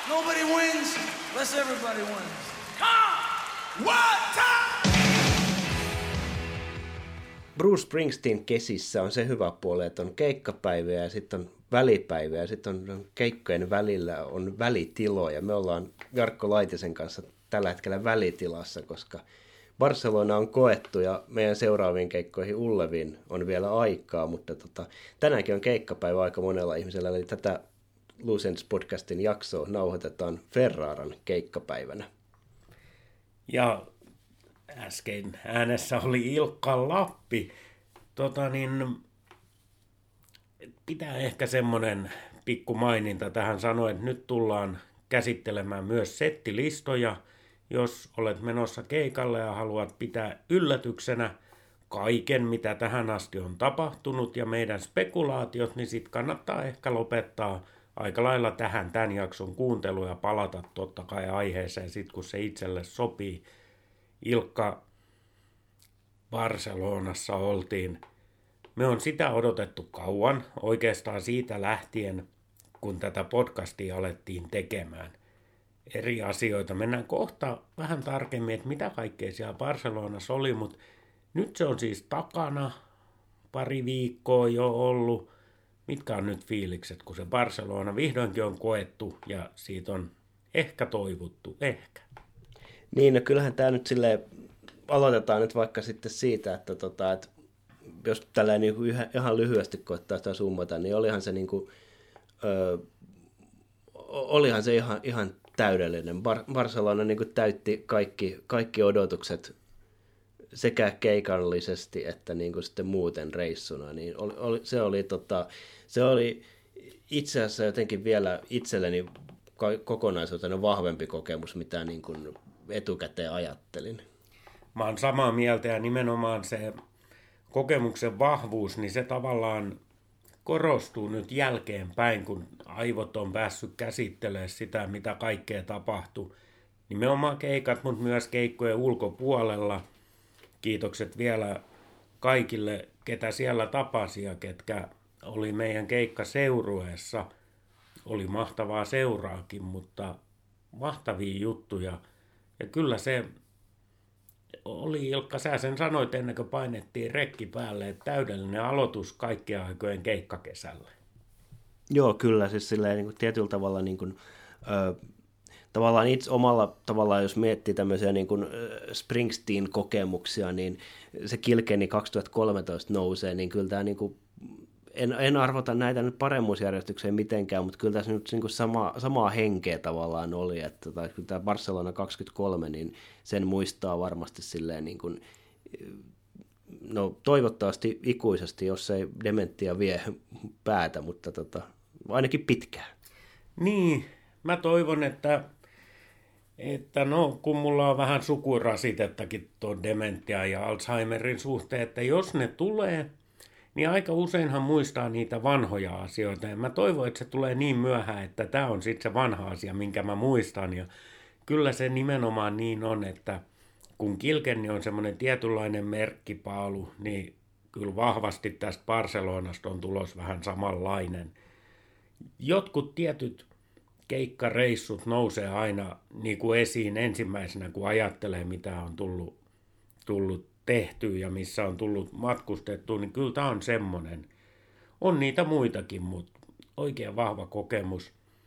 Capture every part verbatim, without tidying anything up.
Nobody wins unless everybody wins. Come! One time! Bruce Springsteen kesissä on se hyvä puoli, että on keikkapäiviä ja sitten on välipäiviä ja sitten on keikkojen välillä on välitiloja. Me ollaan Jarkko Laitisen kanssa tällä hetkellä välitilassa, koska Barcelona on koettu ja meidän seuraaviin keikkoihin Ulleviin on vielä aikaa, mutta tota, tänäänkin on keikkapäivä aika monella ihmisellä, eli tätä Loose Ends podcastin jaksoa nauhoitetaan Ferraran keikkapäivänä. Ja äsken äänessä oli Ilkka Lappi. Tota niin, pitää ehkä semmoinen pikku maininta tähän sanoa, että nyt tullaan käsittelemään myös settilistoja. Jos olet menossa keikalle ja haluat pitää yllätyksenä kaiken, mitä tähän asti on tapahtunut ja meidän spekulaatiot, niin sitten kannattaa ehkä lopettaa aika lailla tähän tämän jakson kuuntelu ja palata totta kai aiheeseen sitten, kun se itselle sopii. Ilkka, Barcelonassa oltiin. Me on sitä odotettu kauan, oikeastaan siitä lähtien, kun tätä podcastia alettiin tekemään. Eri asioita. Mennään kohta vähän tarkemmin, että mitä kaikkea siellä Barcelonassa oli, mutta nyt se on siis takana, pari viikkoa jo ollut. Mitkä on nyt fiilikset, kun se Barcelona vihdoinkin on koettu ja siitä on ehkä toivottu, ehkä. Niin, no kyllähän tämä nyt silleen, aloitetaan nyt vaikka sitten siitä, että, tota, että jos tällä niin kuin ihan lyhyesti koettaa sitä summata, niin olihan se, niin kuin, ö, olihan se ihan, ihan täydellinen. Bar- Barcelona niin kuin täytti kaikki, kaikki odotukset sekä keikallisesti että niin kuin sitten muuten reissuna. Niin oli, oli, se, oli, tota, se oli itse asiassa jotenkin vielä itselleni kokonaisuutena vahvempi kokemus, mitä niin kuin etukäteen ajattelin. Mä oon samaa mieltä ja nimenomaan se kokemuksen vahvuus, niin se tavallaan korostuu nyt jälkeenpäin, kun aivot on päässyt käsittelemään sitä, mitä kaikkea tapahtui. Nimenomaan keikat, mutta myös keikkojen ulkopuolella. Kiitokset vielä kaikille, ketä siellä tapasi ja ketkä oli meidän keikkaseurueessa. Oli mahtavaa seuraakin, mutta mahtavia juttuja. Ja kyllä se oli, Ilkka, sä sen sanoit ennen kuin painettiin rekki päälle, että täydellinen aloitus kaikkien aikojen keikkakesälle. Joo, kyllä, siis silleen niin kuin tietyllä tavalla niin kuin, ö, tavallaan itse omalla tavallaan, jos miettii tämmöisiä niin kuin Springsteen-kokemuksia, niin se Kilkenny kaksituhattakolmetoista nousee, niin kyllä tämä niin kuin, en, en arvota näitä nyt paremmuusjärjestykseen mitenkään, mutta kyllä tässä nyt niin kuin sama, samaa henkeä tavallaan oli, että tai, kyllä tämä Barcelona kaksikymmentäkolme, niin sen muistaa varmasti silleen niin kuin, no toivottavasti ikuisesti, jos ei dementia vie päätä, mutta tota, ainakin pitkään. Niin, mä toivon, että, että no, kun mulla on vähän sukurasitettakin tuon dementia ja Alzheimerin suhteen, että jos ne tulee, niin aika useinhan muistaa niitä vanhoja asioita. Ja mä toivon, että se tulee niin myöhään, että tämä on sitten se vanha asia, minkä mä muistan. Ja kyllä se nimenomaan niin on, että kun Kilkenny on semmoinen tietynlainen merkkipaalu, niin kyllä vahvasti tästä Barcelonasta on tulos vähän samanlainen. Jotkut tietyt keikkareissut nousee aina niin kuin esiin ensimmäisenä, kun ajattelee, mitä on tullut, tullut tehtyä ja missä on tullut matkustettua, niin kyllä tämä on semmoinen. On niitä muitakin, mutta oikein vahva kokemus.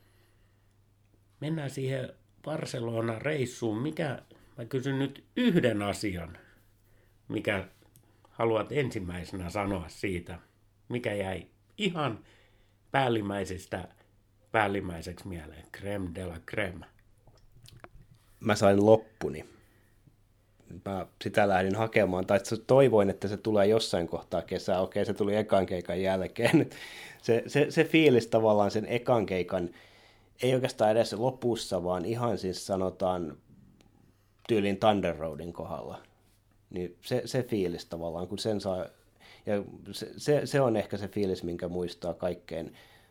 Mennään siihen Barcelona-reissuun. Mikä, mä kysyn nyt yhden asian, mikä haluat ensimmäisenä sanoa siitä, mikä jäi ihan päällimmäisestä päällimmäiseksi mieleen. Crème de la crème. Mä sain loppuni. Mä sitä lähdin hakemaan, tai toivoin, että se tulee jossain kohtaa kesää. Okei, se tuli ekan keikan jälkeen. Se, se, se fiilis tavallaan sen ekan keikan, ei oikeastaan edes lopussa, vaan ihan siis sanotaan tyylin Thunder Roadin kohdalla. Niin se, se fiilis tavallaan, kun sen saa, ja se, se, se on ehkä se fiilis, minkä muistaa kaikkein,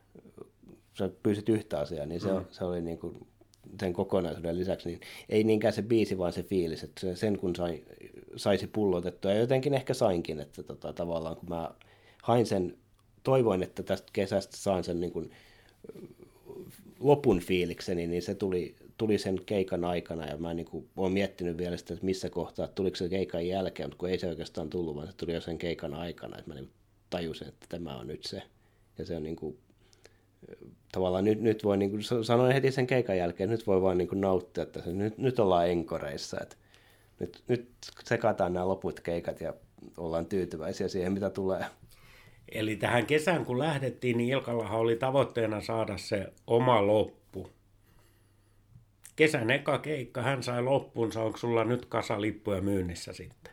sä pyysit yhtä asiaa, niin se, mm. se oli niin kuin sen kokonaisuuden lisäksi, niin ei niinkään se biisi, vaan se fiilis, että sen kun sai, saisi pullotettua, ja jotenkin ehkä sainkin, että tota, tavallaan kun mä hain sen, toivoin, että tästä kesästä saan sen niin kuin lopun fiilikseni, niin se tuli, tuli sen keikan aikana, ja mä niin kuin olen miettinyt vielä sitä, että missä kohtaa, tuliko se keikan jälkeen, mutta kun ei se oikeastaan tullut, vaan se tuli jo sen keikan aikana, että mä niin tajusin, että tämä on nyt se, ja se on niin kuin, tavallaan nyt, nyt voi, niin kuin sanoin heti sen keikan jälkeen, nyt voi vaan niin kuin nauttia, että se, nyt, nyt ollaan enkoreissa, että nyt, nyt sekataan nämä loput keikat ja ollaan tyytyväisiä siihen, mitä tulee. Eli tähän kesään kun lähdettiin, niin Ilkallahan oli tavoitteena saada se oma loppu. Kesän eka keikka, hän sai loppuunsa. Onko sulla nyt kasalippuja myynnissä sitten?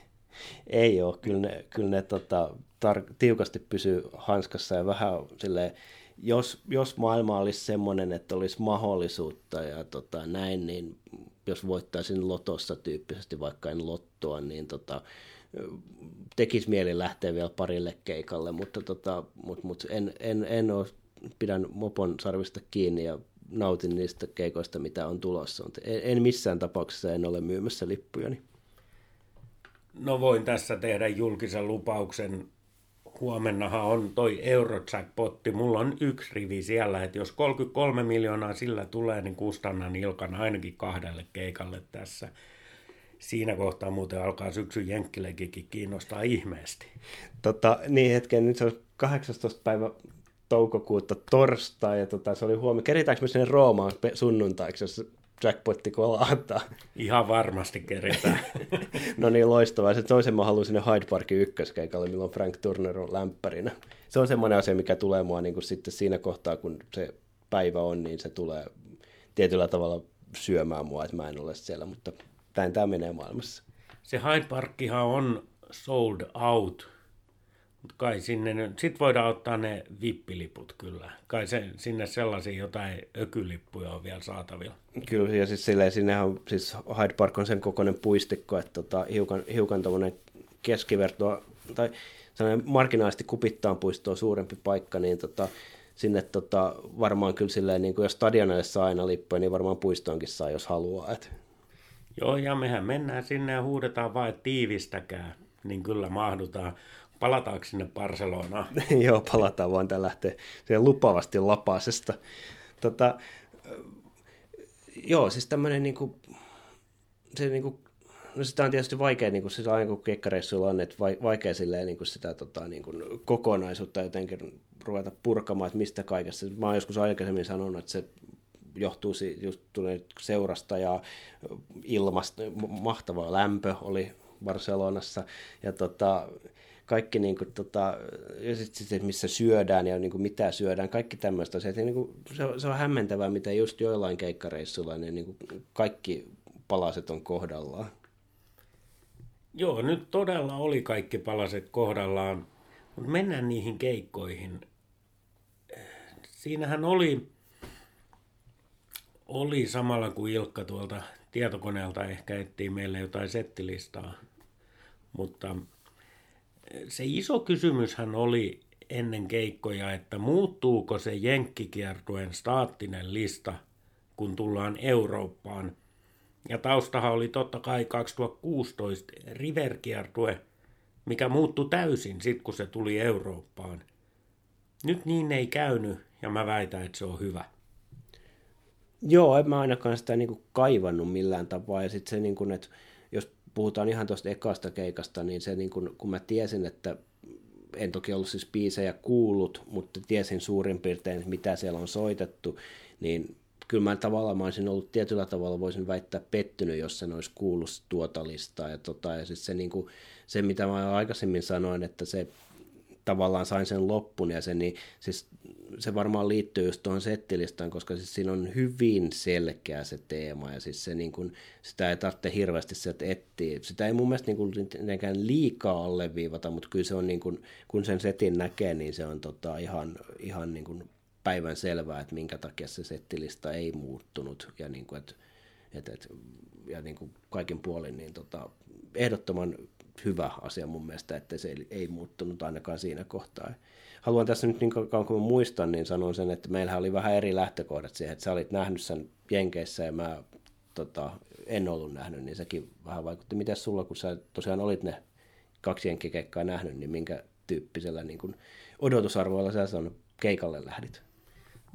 Ei ole. Kyllä ne, kyllä ne tota, tar- tiukasti pysyy hanskassa ja vähän silleen, jos, jos maailma olisi semmoinen, että olisi mahdollisuutta ja tota, näin, niin jos voittaisin lotossa tyyppisesti, vaikka en lottoa, niin tota, tekisi mieli lähteä vielä parille keikalle, mutta tota, mut, mut en, en, en ole, pidän mopon sarvista kiinni ja nautin niistä keikoista, mitä on tulossa. En, en missään tapauksessa en ole myymässä lippujani. No voin tässä tehdä julkisen lupauksen. Huomennahan on toi Eurojackpotti. Mulla on yksi rivi siellä, että jos kolmekymmentäkolme miljoonaa sillä tulee, niin kustannan Ilkan ainakin kahdelle keikalle tässä. Siinä kohtaa muuten alkaa syksyn jenkkilekikin kiinnostaa ihmeesti. Tota, niin hetken, nyt se on kahdeksastoista päivä toukokuuta torstai, ja tota, se oli huomioon. Keritäänkö me sinne Roomaan sunnuntaiksi, jos jackpotti kolahtaa? Ihan varmasti keritään. No niin, loistavaa. Se toisen mä haluan sinne Hyde Parkin ykköskeikalle, milloin Frank Turner on lämpärinä. Se on semmoinen asia, mikä tulee mua niin kuin sitten siinä kohtaa, kun se päivä on, niin se tulee tietyllä tavalla syömään mua, että mä en ole siellä, mutta näin tämä menee maailmassa. Se Hyde Parkkihan on sold out, mutta kai sinne, sit voidaan ottaa ne vippiliput kyllä. Kai se, sinne sellaisia jotain ökylippuja on vielä saatavilla. Kyllä, ja siis silleen, sinnehän on, siis Hyde Park on sen kokoinen puistikko, että tota, hiukan, hiukan tommoinen keskivertoa, tai sellainen marginaalisesti Kupittaan puistoa suurempi paikka, niin tota, sinne tota, varmaan kyllä silleen, niin kuin jos stadionille saa aina lippuja, niin varmaan puistoonkin saa, jos haluaa. Et. Joo, ja mehän mennään sinne ja huudetaan vaan, että tiivistäkää, niin kyllä mahdutaan. Palataanko sinne Barcelonaan? Joo, palataan vaan, tämä lähtee siihen lupaavasti Lapasesta. Tota, joo, siis tämmöinen niinku, se niinku, no sitä on tietysti vaikea, niinku, siis aina kun keikkareissuilla on, että vaikea silleen niinku sitä tota, niinku, kokonaisuutta jotenkin ruveta purkamaan, että mistä kaikessa. Mä oon joskus aikaisemmin sanonut, että se johtuu just seurasta ja ilmasta, mahtava lämpö oli Barcelonassa, ja tota, kaikki, niin kuin, tota, ja sitten sit, missä syödään ja niin kuin, mitä syödään, kaikki tämmöistä asiat. Niin kuin, se, se on hämmentävää, mitä just joillain keikkareissuilla, niin, niin kuin, kaikki palaset on kohdallaan. Joo, nyt todella oli kaikki palaset kohdallaan, mutta mennään niihin keikkoihin. Siinähän oli, oli samalla kuin Ilkka tuolta tietokoneelta ehkä etsii meille jotain settilistaa, mutta se iso kysymyshän oli ennen keikkoja, että muuttuuko se jenkkikiertueen staattinen lista, kun tullaan Eurooppaan. Ja taustahan oli totta kai kaksituhattakuusitoista River-kiertue, mikä muuttui täysin sitten, kun se tuli Eurooppaan. Nyt niin ei käynyt, ja mä väitän, että se on hyvä. Joo, en mä ainakaan sitä niin kuin kaivannut millään tapaa, ja sitten se, niin kuin, että jos puhutaan ihan tuosta ekasta keikasta, niin se, niin kun, kun mä tiesin, että en toki ollut siis biisejä kuullut, mutta tiesin suurin piirtein, mitä siellä on soitettu, niin kyllä mä tavallaan mä olisin ollut tietyllä tavalla, voisin väittää pettynyt, jos sen olisi kuullut tuota listaa. Ja, tota, ja siis se, niin kuin, se, mitä mä aikaisemmin sanoin, että se tavallaan sain sen loppun, ja se, niin, siis se varmaan liittyy just tuohon settilistaan, koska siis siinä on hyvin selkeä se teema, ja siis se, niin kuin, sitä ei tarvitse hirveästi sieltä etsiä. Sitä ei mun mielestä niin kuin, liikaa alleviivata, mutta kyllä se on, niin kuin, kun sen setin näkee, niin se on tota, ihan, ihan niin kuin päivän selvää, että minkä takia se settilista ei muuttunut, ja, niin kuin, et, et, et, ja niin kuin kaikin puolin niin tota, ehdottoman hyvä asia mun mielestä, että se ei, ei muuttunut ainakaan siinä kohtaa. Haluan tässä nyt niin kauan kuin muistan, niin sanon sen, että meillähän oli vähän eri lähtökohdat siihen, että sä olit nähnyt sen Jenkeissä ja mä tota, en ollut nähnyt, niin sekin vähän vaikutti. Mites sulla, kun sä tosiaan olit ne kaksi jenkkikeikkaa nähnyt, niin minkä tyyppisellä niin kuin odotusarvoilla sä sanon keikalle lähdit?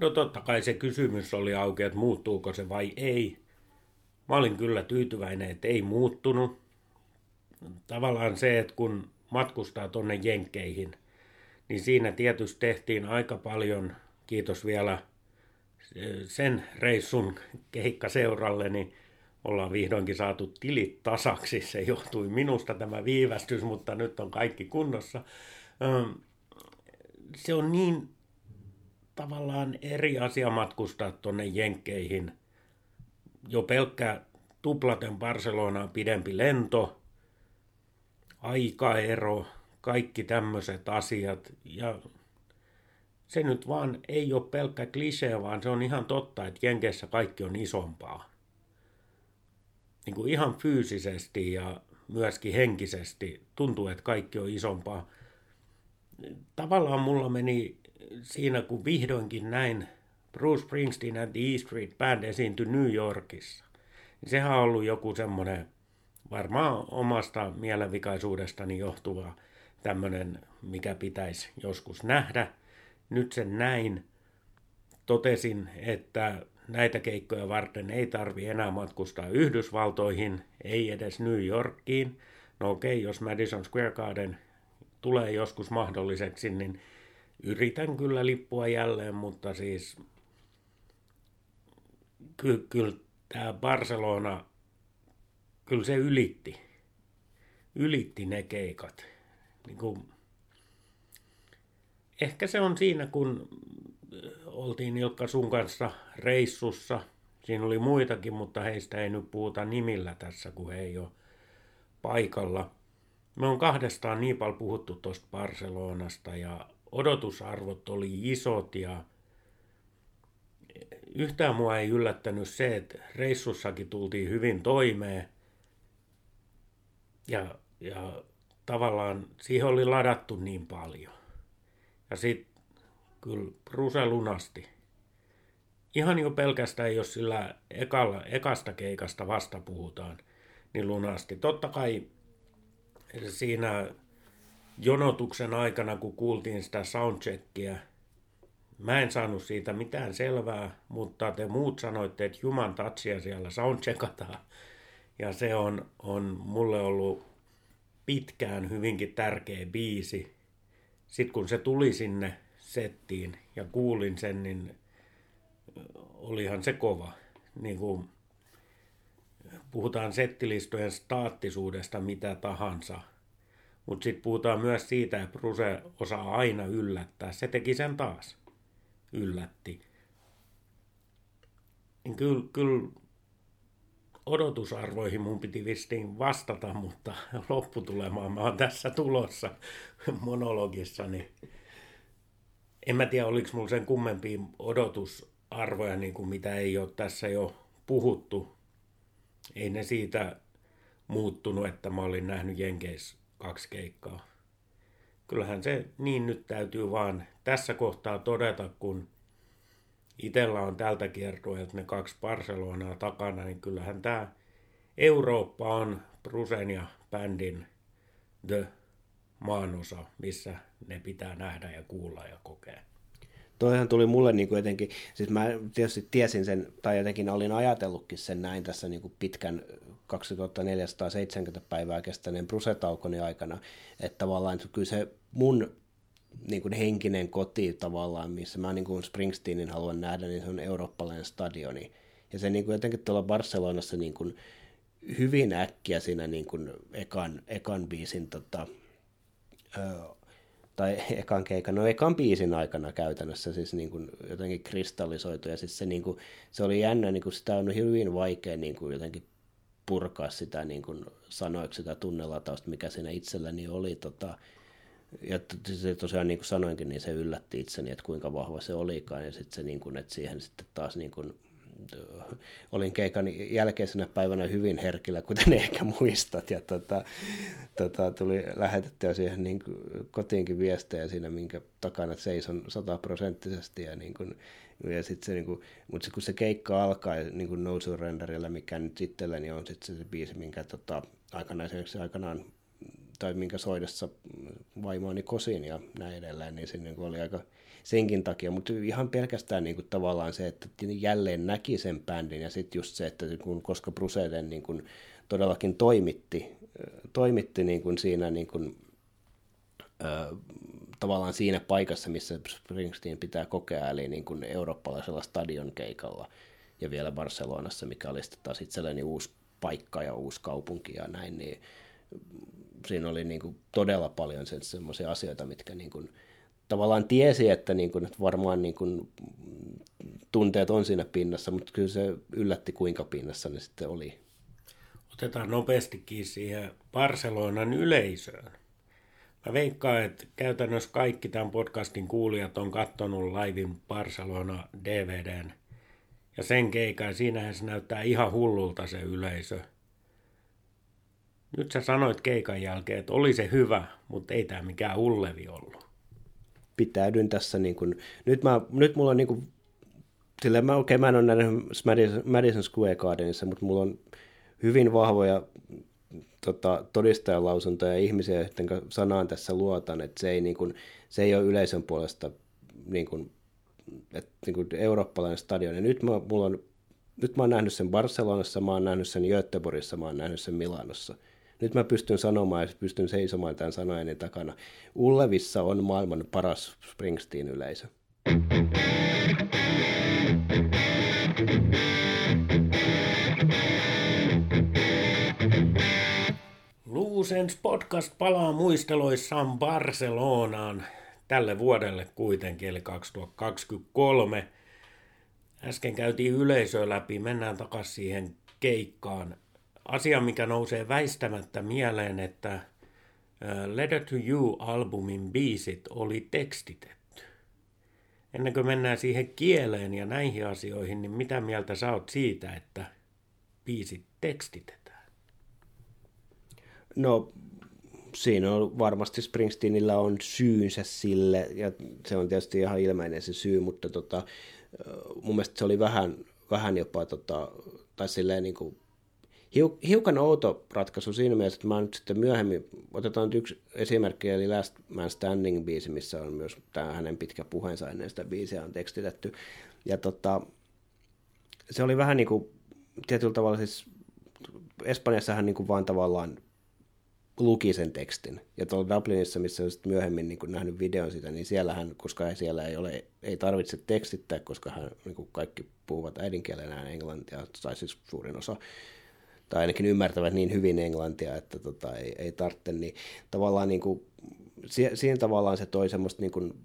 No totta kai se kysymys oli auki, että muuttuuko se vai ei. Mä olin kyllä tyytyväinen, että ei muuttunut. Tavallaan se, että kun matkustaa tonne Jenkkeihin, niin siinä tietysti tehtiin aika paljon, kiitos vielä sen reissun keikkaseuralle, niin ollaan vihdoinkin saatu tilit tasaksi. Se johtui minusta tämä viivästys, mutta nyt on kaikki kunnossa. Se on niin tavallaan eri asia matkustaa tuonne Jenkkeihin. Jo pelkkä tuplaten Barcelonaan pidempi lento, aikaero, kaikki tämmöiset asiat. Ja se nyt vaan ei ole pelkkä klisee, vaan se on ihan totta, että Jenkeissä kaikki on isompaa. Niin kuin ihan fyysisesti ja myöskin henkisesti tuntuu, että kaikki on isompaa. Tavallaan mulla meni siinä, kun vihdoinkin näin Bruce Springsteen and the E Street Band esiintyi New Yorkissa. Sehän on ollut joku semmoinen varmaan omasta mielenvikaisuudestani johtuva tämmöinen, mikä pitäisi joskus nähdä. Nyt sen näin. Totesin, että näitä keikkoja varten ei tarvi enää matkustaa Yhdysvaltoihin, ei edes New Yorkiin. No okei, jos Madison Square Garden tulee joskus mahdolliseksi, niin yritän kyllä lippua jälleen, mutta siis ky- kyllä tämä Barcelona, kyllä se ylitti, ylitti ne keikat. Niin kuin, ehkä se on siinä, kun oltiin Ilkka sun kanssa reissussa. Siinä oli muitakin, mutta heistä ei nyt puhuta nimillä tässä, kun he ei ole paikalla. Me on kahdestaan niin paljon puhuttu tuosta Barcelonasta ja odotusarvot oli isot ja yhtään mua ei yllättänyt se, että reissussakin tultiin hyvin toimeen ja, ja tavallaan siihen oli ladattu niin paljon. Ja sitten kyllä Bruce lunasti. Ihan jo pelkästään, jos sillä ekalla, ekasta keikasta vasta puhutaan, niin lunasti. Totta kai siinä jonotuksen aikana, kun kuultiin sitä soundcheckia, mä en saanut siitä mitään selvää, mutta te muut sanoitte, että Human Touchia siellä soundcheckataan. Ja se on, on mulle ollut pitkään hyvinkin tärkeä biisi. Sitten kun se tuli sinne settiin ja kuulin sen, niin olihan se kova. Niin kuin puhutaan settilistojen staattisuudesta mitä tahansa. Mutta sitten puhutaan myös siitä, että Bruce osaa aina yllättää. Se teki sen taas. Yllätti. Kyllä, kyllä odotusarvoihin mun piti vistiin vastata, mutta lopputulemaan mä oon tässä tulossa monologissa. Niin en mä tiedä, oliko mulla sen kummempia odotusarvoja, niin kuin mitä ei ole tässä jo puhuttu. Ei ne siitä muuttunut, että mä olin nähnyt Jenkeissä kaksi keikkaa. Kyllähän se niin nyt täytyy vaan tässä kohtaa todeta, kun itsellä on tältä kiertueelta ne kaksi Barcelonaa takana, niin kyllähän tämä Eurooppa on Brucen ja bändin the maanosa, missä ne pitää nähdä ja kuulla ja kokea. Toihan tuli mulle niin kuin jotenkin, siis mä tietysti tiesin sen, tai jotenkin olin ajatellutkin sen näin tässä niin kuin pitkän kaksituhattaneljäsataaseitsemänkymmentä päivää kestäneen Bruce-taukoni aikana, että tavallaan kyllä se mun niin kuin henkinen koti tavallaan, missä mä niin kuin Springsteenin haluan nähdä, niin se on eurooppalainen stadioni. Ja se niin kuin jotenkin tuolla Barcelonassa niin kuin hyvin äkkiä siinä niin kuin ekan, ekan biisin tota, ö, tai ekan keikan, no ekan biisin aikana käytännössä siis niin kuin jotenkin kristallisoitu, ja siis se, niin kuin, se oli jännä, niin kuin sitä on hyvin vaikea niin kuin jotenkin purkaa sitä niin kuin sanoiksi sitä tunnelatausta, mikä siinä itselläni oli, tota, ja se tosiaan niin kuin sanoinkin, niin se yllätti itseni, että kuinka vahva se olikaan, ja sitten se, niin kuin, että siihen sitten taas niin kuin, olin keikan jälkeisenä päivänä hyvin herkillä, kuten ehkä muistat, ja tota, tota, tuli lähetettyä siihen niin kuin kotiinkin viestejä siinä, minkä takana seison sataprosenttisesti, ja, niin kuin, ja sit se, niin kuin, mutta kun se keikka alkaa niin kuin No Surrenderillä, mikä nyt itselläni on sitten se biisi, minkä tota, aikanaan, aikanaan tai minkä soidessa vaimoani kosin ja näin edelleen, niin se niin kuin oli aika senkin takia, mutta ihan pelkästään niin kuin tavallaan se, että jälleen näki sen bändin ja sitten just se, että kun, koska Bruce niin kuin todellakin toimitti, toimitti niin kuin siinä niin kuin, äh, tavallaan siinä paikassa, missä Springsteen pitää kokea, eli niin kuin eurooppalaisella stadionkeikalla ja vielä Barcelonassa, mikä oli sitten taas itselleni uusi paikka ja uusi kaupunki ja näin, niin siinä oli niin kuin todella paljon semmoisia asioita, mitkä niin kuin tavallaan tiesi, että, niin kuin, että varmaan niin kuin tunteet on siinä pinnassa, mutta kyllä se yllätti, kuinka pinnassa ne sitten oli. Otetaan nopeastikin siihen Barcelonan yleisöön. Mä veikkaan, että käytännössä kaikki tämän podcastin kuulijat on katsonut Livein Barcelona D V D:n ja sen keikan. Siinähän se näyttää ihan hullulta se yleisö. Nyt sä sanoit keikan jälkeen, että oli se hyvä, mutta ei tämä mikään Ullevi ollut. Pitäydyn tässä, niin kuin, nyt, mä, nyt mulla on niin kuin, silleen mä, okay, mä en ole nähnyt Madison Square Gardenissa, mutta mulla on hyvin vahvoja tota, todistajalausuntoja ja ihmisiä, joiden sanaan tässä luotan, että se ei, niin kuin, se ei ole yleisön puolesta niin kuin, että, niin kuin eurooppalainen stadion. Ja nyt mä, mulla on, nyt mä oon nähnyt sen Barcelonassa, mä oon nähnyt sen Göteborgissa, mä oon nähnyt sen Milanossa. Nyt mä pystyn sanomaan ja pystyn seisomaan tämän sanojeni takana. Ullevissa on maailman paras Springsteen-yleisö. Luusens podcast palaa muisteloissaan Barcelonaan tälle vuodelle kuitenkin, eli kaksituhattakaksikymmentäkolme. Äsken käytiin yleisöä läpi, mennään takaisin siihen keikkaan. Asia, mikä nousee väistämättä mieleen, että Letter to You-albumin biisit oli tekstitetty. Ennen kuin mennään siihen kieleen ja näihin asioihin, niin mitä mieltä sä oot siitä, että biisit tekstitetään? No, siinä on varmasti Springsteenillä on syynsä sille, ja se on tietysti ihan ilmeinen se syy, mutta tota, mun mielestä se oli vähän, vähän jopa, tota, tai silleen niin kuin hiukan outo ratkaisu siinä mielessä, että mä nyt sitten myöhemmin, otetaan nyt yksi esimerkki, eli Last Man Standing-biisi, missä on myös tämä hänen pitkä puheensa ennen sitä biisiä on tekstitetty. Ja tota, se oli vähän niin kuin, tietyllä tavalla siis, Espanjassahan niin kuin vaan tavallaan luki sen tekstin. Ja tuolla Dublinissa, missä on sitten myöhemmin niin kuin nähnyt videon sitä, niin siellähän, koska siellä ei, ole, ei tarvitse tekstittää, koska hän, niin kuin kaikki puhuvat äidinkielenään englantia, tai siis suurin osa, tai ainakin ymmärtävät niin hyvin englantia, että tota, ei, ei tarvitse, niin tavallaan niin kuin, siinä tavallaan se toi semmoista niin kuin,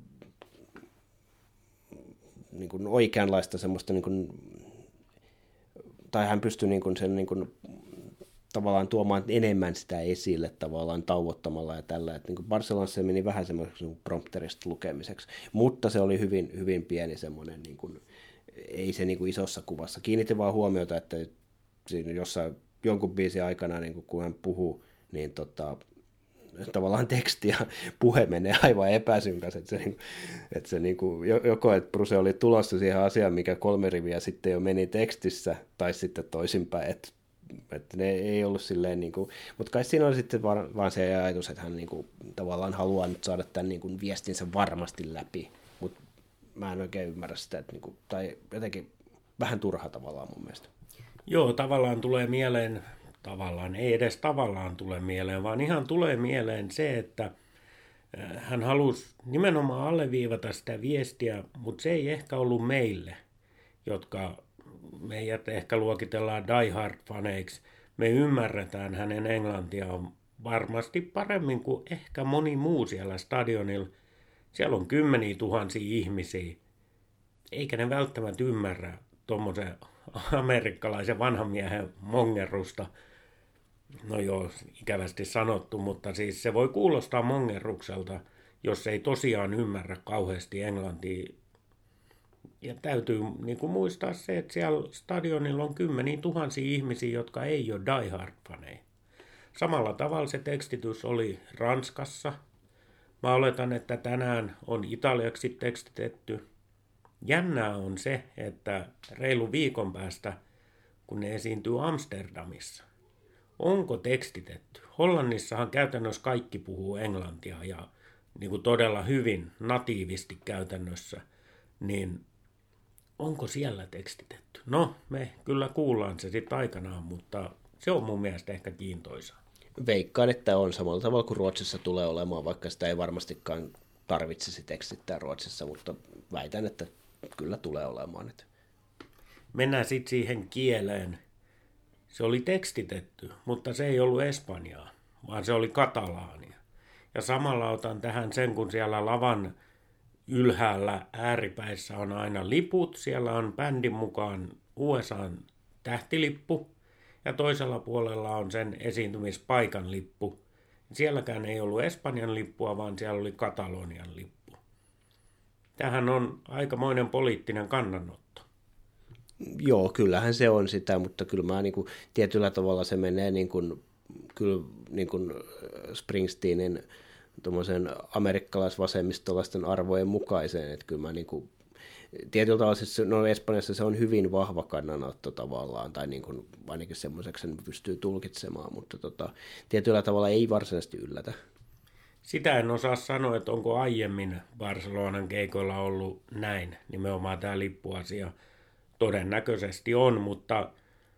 niin kuin oikeanlaista semmoista, niin kuin, tai hän pystyi niin kuin sen niin kuin, tavallaan tuomaan enemmän sitä esille tavallaan tauottamalla ja tällä, että niin Barcelonassa se meni vähän semmoiseksi niin prompterista lukemiseksi, mutta se oli hyvin, hyvin pieni semmoinen, niin kuin, ei se niin kuin isossa kuvassa. Kiinnitin vaan huomiota, että siinä jossain jonkun biisin aikana, niin kun hän puhuu, niin tota, tavallaan teksti ja puhe menee aivan epäsynkäs, että se, että se niin kuin, joko että Bruce oli tulossa siihen asiaan, mikä kolme riviä sitten jo meni tekstissä, tai sitten toisinpäin, että, että ne ei ollut silleen, niin kuin, mutta kai siinä oli sitten vaan, vaan se ajatus, että hän niin kuin, tavallaan haluaa nyt saada tämän niin kuin, viestinsä varmasti läpi, mutta mä en oikein ymmärrä sitä, että, niin kuin, tai jotenkin vähän turha tavallaan mun mielestä. Joo, tavallaan tulee mieleen, tavallaan ei edes tavallaan tule mieleen, vaan ihan tulee mieleen se, että hän halusi nimenomaan alleviivata sitä viestiä, mutta se ei ehkä ollut meille, jotka meidät ehkä luokitellaan Die Hard-faneiksi. Me ymmärretään hänen englantiaan varmasti paremmin kuin ehkä moni muu siellä stadionilla. Siellä on kymmeniä tuhansia ihmisiä, eikä ne välttämättä ymmärrä tuommoisen amerikkalaisen vanhan miehen mongerrusta. No joo, ikävästi sanottu, mutta siis se voi kuulostaa mongerrukselta, jos ei tosiaan ymmärrä kauheasti englantia. Ja täytyy niin kuin muistaa se, että siellä stadionilla on kymmeniä tuhansia ihmisiä, jotka ei ole Die Hard-faneja. Samalla tavalla se tekstitys oli Ranskassa. Mä oletan, että tänään on italiaksi tekstitetty. Jännää on se, että reilu viikon päästä, kun ne esiintyy Amsterdamissa, onko tekstitetty. Hollannissahan käytännössä kaikki puhuu englantia ja niin kuin todella hyvin, natiivisti käytännössä, niin onko siellä tekstitetty? No, me kyllä kuullaan se sitten aikanaan, mutta se on mun mielestä ehkä kiintoisaa. Veikkaan, että on samalla tavalla kuin Ruotsissa tulee olemaan, vaikka sitä ei varmastikaan tarvitsisi tekstittää Ruotsissa, mutta väitän, että kyllä tulee olemaan. Mennään sitten siihen kieleen. Se oli tekstitetty, mutta se ei ollut espanjaa, vaan se oli katalaania. Ja samalla otan tähän sen, kun siellä lavan ylhäällä ääripäissä on aina liput. Siellä on bändin mukaan U S A:n tähtilippu ja toisella puolella on sen esiintymispaikan lippu. Sielläkään ei ollut Espanjan lippua, vaan siellä oli Katalonian lippu. Tähän on aikamoinen poliittinen kannanotto. Joo, kyllähän se on sitä, mutta kyllä mä niin kuin, tietyllä tavalla se menee niin kuin, kyllä, niin kuin Springsteenin tuommoisen amerikkalaisvasemmistolaisten arvojen mukaiseen, että kyllä mä niin kuin, tietyllä tavalla siis, no Espanjassa se on hyvin vahva kannanotto tavallaan, tai niin kuin, ainakin semmoiseksi sen pystyy tulkitsemaan, mutta tota, tietyllä tavalla ei varsinaisesti yllätä. Sitä en osaa sanoa, että onko aiemmin Barcelonan keikoilla ollut näin, nimenomaan tämä lippuasia todennäköisesti on, mutta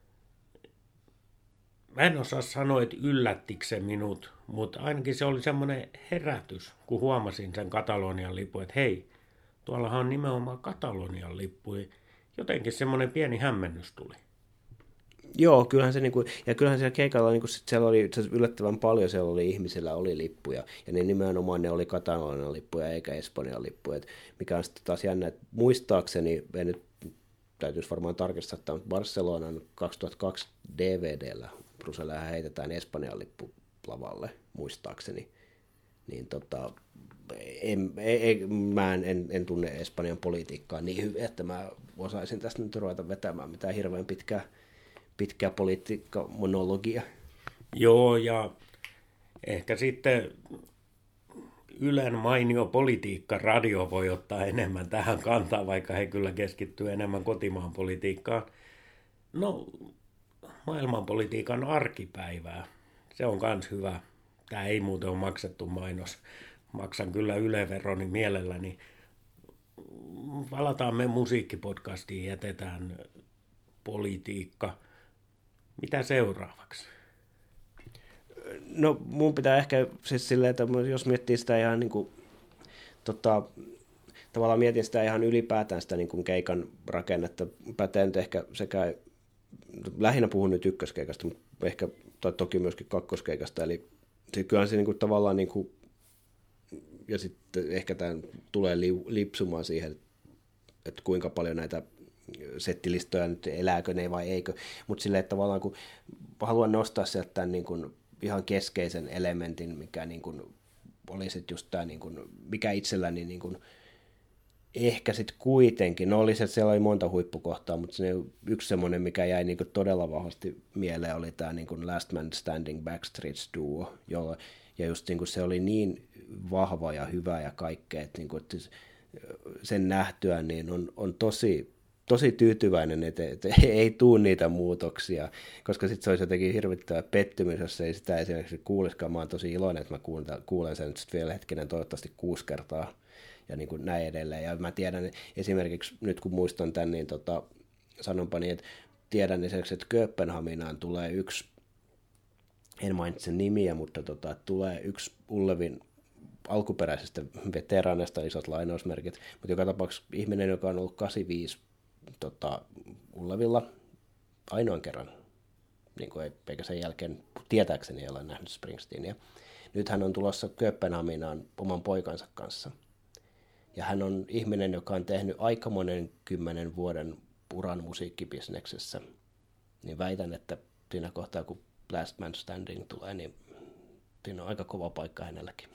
mä en osaa sanoa, että yllättikö se minut, mutta ainakin se oli semmoinen herätys, kun huomasin sen Katalonian lipun, että hei, tuollahan on nimenomaan Katalonian lippu. Jotenkin semmoinen pieni hämmennys tuli. Joo, kyllähän se, niinku, ja kyllähän siellä keikalla niinku, sit siellä oli yllättävän paljon, siellä oli ihmisillä oli lippuja, ja ne nimenomaan ne oli Katalonian lippuja eikä Espanjan lippuja, et mikä on sitten taas jännä, että muistaakseni, en nyt täytyisi varmaan tarkistaa, että Barcelonan kaksituhattakaksi D V D:llä Brusellaan heitetään Espanjan lippu lavalle, muistaakseni, niin tota, en, en, mä en, en, en tunne Espanjan politiikkaa niin hyvin, että mä osaisin tästä nyt ruveta vetämään mitään hirveän pitkää, pitkää politiikkamonologia. Joo, ja ehkä sitten Ylen mainio politiikka-radio voi ottaa enemmän tähän kantaa, vaikka he kyllä keskittyy enemmän kotimaan politiikkaan. No, maailmanpolitiikan arkipäivää, se on kans hyvä. Tämä ei muuten ole maksettu mainos. Maksan kyllä Yle-veroni mielelläni. Palataan me musiikkipodcastiin, jätetään politiikka. Mitä seuraavaksi? No mun pitää ehkä siis silleen, että jos miettii sitä ihan niin kuin, tota, tavallaan mietin sitä ihan ylipäätään sitä niin kuin keikan rakennetta, pätee nyt ehkä sekä, lähinnä puhun nyt ykköskeikasta, mutta ehkä tai toki myöskin kakkoskeikasta, eli se, kyllähän se niin kuin, tavallaan, niin kuin, ja sitten ehkä tämä tulee lipsumaan siihen, että kuinka paljon näitä settilistoja nyt, elääkö ne vai eikö, mutta silleen, että tavallaan kun haluan nostaa sieltä tämän niin kuin ihan keskeisen elementin, mikä niin kuin oli sitten just tämä, niin kuin, mikä itselläni niin kuin ehkä sitten kuitenkin, no oli se, että siellä oli monta huippukohtaa, mutta se yksi semmoinen, mikä jäi niin kuin todella vahvasti mieleen, oli tämä niin kuin Last Man Standing Backstreet Duo, jolla, ja just niin kuin se oli niin vahva ja hyvä ja kaikkea, että, niin kuin, että sen nähtyä niin on, on tosi, tosi tyytyväinen, että, että ei tule niitä muutoksia, koska sitten se olisi jotenkin hirvittävä pettymys, jos ei sitä esimerkiksi kuulisikaan. Mä oon tosi iloinen, että mä kuulen, kuulen sen nyt vielä hetkinen toivottavasti kuusi kertaa ja niin kuin näin edelleen. Ja mä tiedän esimerkiksi, nyt kun muistan tämän, niin tota, sanonpa niin, että tiedän esimerkiksi, että Kööpenhaminaan tulee yksi, en mainitse nimiä, mutta tota, tulee yksi Ullevin alkuperäisestä veteraaneista, isot lainausmerkit, mutta joka tapauksessa ihminen, joka on ollut kahdeksankymmentäviisi tota, Ullevilla ainoan kerran, niin kuin ei, eikä sen jälkeen tietääkseni ei ole nähnyt Springsteenia. Nyt hän on tulossa Kööpenhaminaan oman poikansa kanssa. Ja hän on ihminen, joka on tehnyt aika monen kymmenen vuoden uran musiikkibisneksessä. Niin väitän, että siinä kohtaa, kun Last Man Standing tulee, niin siinä on aika kova paikka hänelläkin.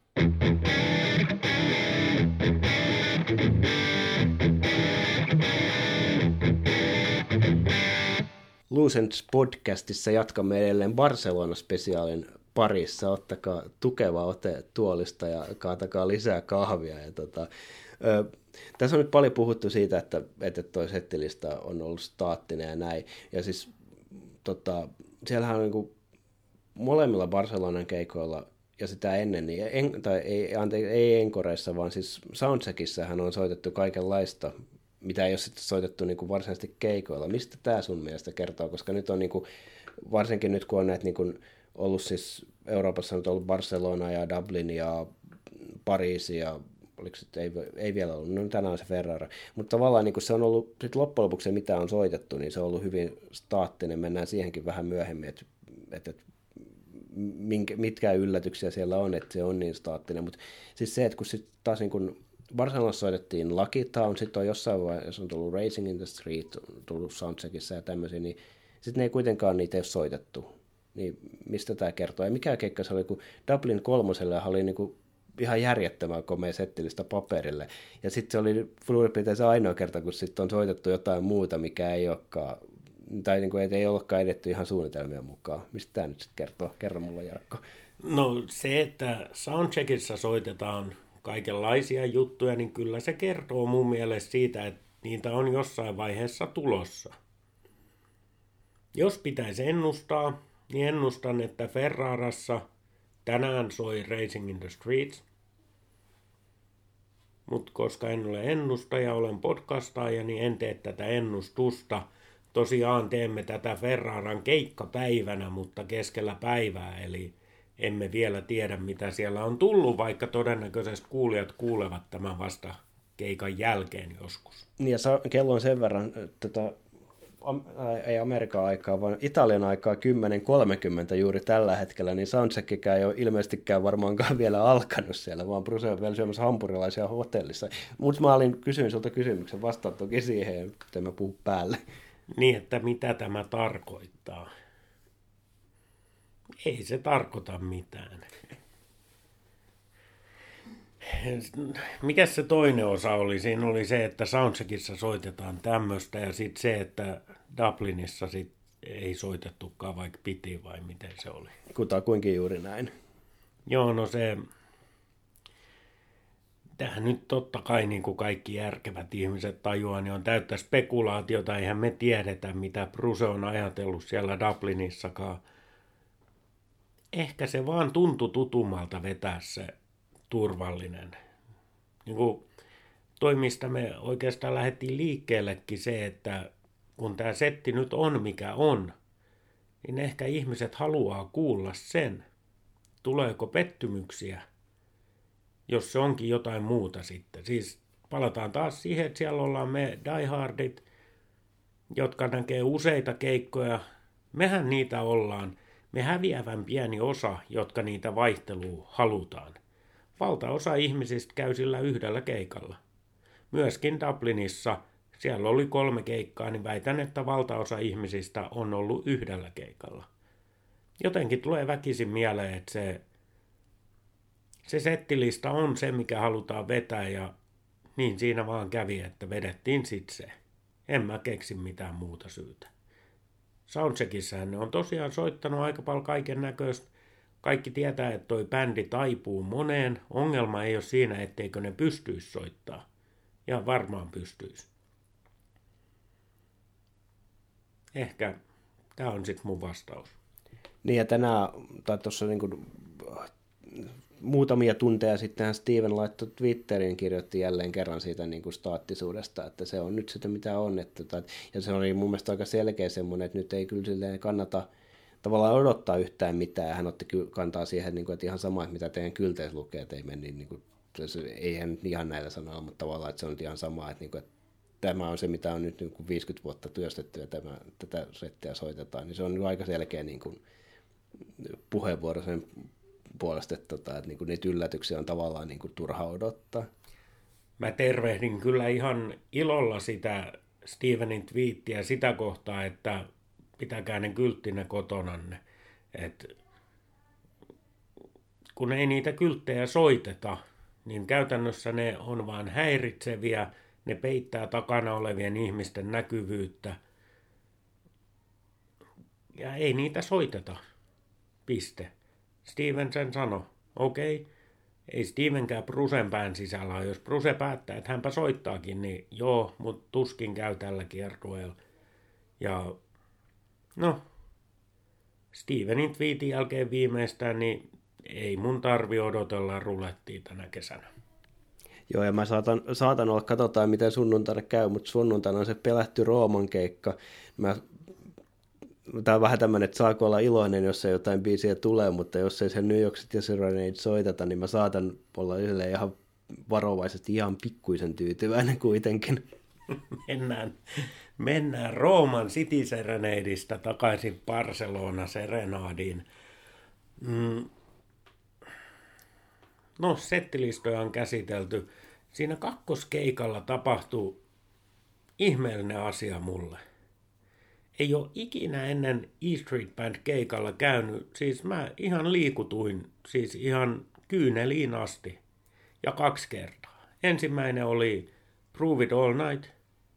Lucents podcastissa jatkamme edelleen Barcelona-spesiaalin parissa. Ottakaa tukeva ote tuolista ja kaatakaa lisää kahvia. Ja tota, ö, tässä on nyt paljon puhuttu siitä, että, että toi settilista on ollut staattinen ja näin. Ja siis tota, siellähän on niin kuin molemmilla Barcelonan keikoilla ja sitä ennen, niin en, tai ei, ante, ei enkoreissa, vaan siis soundcheckissähän on soitettu kaikenlaista, mitä ei ole sitten soitettu niin kuin varsinaisesti keikoilla. Mistä tämä sun mielestä kertoo? Koska nyt on niin kuin, varsinkin nyt kun on näitä niin kuin, ollut siis Euroopassa on ollut Barcelona ja Dublin ja Pariisi ja oliko se, ei, ei vielä ollut, no tänään on se Ferrara, mutta tavallaan niin kun se on ollut, sit loppujen lopuksi mitä on soitettu, niin se on ollut hyvin staattinen, mennään siihenkin vähän myöhemmin, että, että minkä, mitkä yllätyksiä siellä on, että se on niin staattinen, mutta siis se, että kun sitten taas niin kun Barcelonassa soitettiin Lucky Town, sitten on jossain vaiheessa on tullut Racing in the Street, tullut soundcheckissa ja tämmöisiä, niin sitten ne ei kuitenkaan niitä ole soitettu, niin mistä tämä kertoo, ja mikä keikka se oli, kun Dublin kolmoselle oli niin kuin ihan järjettömän komea settilistä paperille. Ja sitten se oli suurin piirtein se ainoa kerta, kun sitten on soitettu jotain muuta, mikä ei olekaan, tai niin kuin ei olekaan edetty ihan suunnitelmien mukaan. Mistä tämä nyt sitten kertoo? Kerro mulle, Jarkko. No se, että soundcheckissa soitetaan kaikenlaisia juttuja, niin kyllä se kertoo mun mielestä siitä, että niitä on jossain vaiheessa tulossa. Jos pitäisi ennustaa, niin ennustan, että Ferrarassa tänään soi Racing in the Streets, mutta koska en ole ennustaja, olen podcastaja, niin en tee tätä ennustusta. Tosiaan teemme tätä Ferraran keikkapäivänä, mutta keskellä päivää, eli emme vielä tiedä, mitä siellä on tullut, vaikka todennäköisesti kuulijat kuulevat tämän vasta keikan jälkeen joskus. Niin ja kello on sen verran, tota, ei Amerikan aikaa, vaan Italian aikaa kymmenen kolmekymmentä juuri tällä hetkellä, niin soundcheckikään ei ole ilmeisestikään varmaankaan vielä alkanut siellä, vaan Bruce on vielä syömässä hampurilaisia hotellissa. Mutta mä olin kysyin sulta kysymyksen, vastaan toki siihen, että mä puhun päälle. Niin, että mitä tämä tarkoittaa? Ei se tarkoita mitään. Mikäs se toinen osa oli? Siinä oli se, että soundcheckissa soitetaan tämmöistä ja sitten se, että Dublinissa sit ei soitettukaan, vaikka piti vai miten se oli. Kutakuinkin juuri näin. Joo, no se... Tähän nyt totta kai niin kuin kaikki järkevät ihmiset tajuaa, niin on täyttä spekulaatiota. Eihän me tiedetä, mitä Bruce on ajatellut siellä Dublinissakaan. Ehkä se vaan tuntui tutummalta vetää se turvallinen. Niin kuin toi, mistä me oikeastaan lähdettiin liikkeellekin se, että kun tämä setti nyt on mikä on, niin ehkä ihmiset haluaa kuulla sen. Tuleeko pettymyksiä, jos se onkin jotain muuta sitten. Siis palataan taas siihen, että siellä ollaan me diehardit, jotka näkee useita keikkoja. Mehän niitä ollaan. Me häviävän pieni osa, jotka niitä vaihtelua halutaan. Valtaosa ihmisistä käy sillä yhdellä keikalla. Myöskin Dublinissa, siellä oli kolme keikkaa, niin väitän, että valtaosa ihmisistä on ollut yhdellä keikalla. Jotenkin tulee väkisin mieleen, että se, se settilista on se, mikä halutaan vetää, ja niin siinä vaan kävi, että vedettiin sit se. En mä keksi mitään muuta syytä. Soundcheckissähän ne on tosiaan soittanut aika paljon kaiken näköistä. Kaikki tietää, että toi bändi taipuu moneen. Ongelma ei ole siinä, etteikö ne pystyisi soittaa. Ja varmaan pystyisi. Ehkä tämä on sitten mun vastaus. Niin ja tänään, tai tuossa niin kuin, muutamia tunteja sitten Steven laittoi Twitteriin, kirjoitti jälleen kerran siitä niin kuin staattisuudesta, että se on nyt sitä mitä on. Että, ja se oli mun mielestä aika selkeä semmoinen, että nyt ei kyllä silleen kannata tavallaan odottaa yhtään mitään. Hän otti kantaa siihen, että ihan sama, mitä teidän kylteissä lukee, että ei meni, niin kuin, eihän nyt ihan näillä sanoilla, mutta tavallaan, että se on ihan sama, että, että tämä on se, mitä on nyt viisikymmentä vuotta työstetty ja tämä, tätä settiä soitetaan, niin se on aika selkeä niin kuin, puheenvuoro sen puolesta, että, että, että niin kuin niitä yllätyksiä on tavallaan niin kuin turha odottaa. Mä tervehdin kyllä ihan ilolla sitä Stevenin twiittiä sitä kohtaa, että pitäkää ne kylttinä kotonanne. Et kun ei niitä kylttejä soiteta, niin käytännössä ne on vaan häiritseviä, ne peittää takana olevien ihmisten näkyvyyttä. Ja ei niitä soiteta. Piste. Steven sen sanoi. Okei. Okay. Ei Stevenkään Brucen pään sisällä ole. Jos Bruce päättää, että hänpä soittaakin, niin joo, mutta tuskin käy tällä kiertueella. Ja no, Stevenin twiitin jälkeen viimeistään, niin ei mun tarvi odotella rulettia tänä kesänä. Joo, ja mä saatan, saatan olla, katsotaan miten sunnuntaina käy, mutta sunnuntaina on se pelätty Rooman keikka. Mä, tää on vähän tämmöinen, että saako olla iloinen, jos ei jotain biisiä tulee, mutta jos ei se New York City Serenade soiteta, niin mä saatan olla ihan varovaisesti ihan pikkuisen tyytyväinen kuitenkin. Mennään, mennään Rooman City Serenadeista takaisin Barcelona Serenadiin. Mm. No, settilistoja on käsitelty. Siinä kakkoskeikalla tapahtui ihmeellinen asia mulle. Ei ole ikinä ennen E Street Band keikalla käynyt. Siis mä ihan liikutuin, siis ihan kyyneliin asti. Ja kaksi kertaa. Ensimmäinen oli Prove It All Night.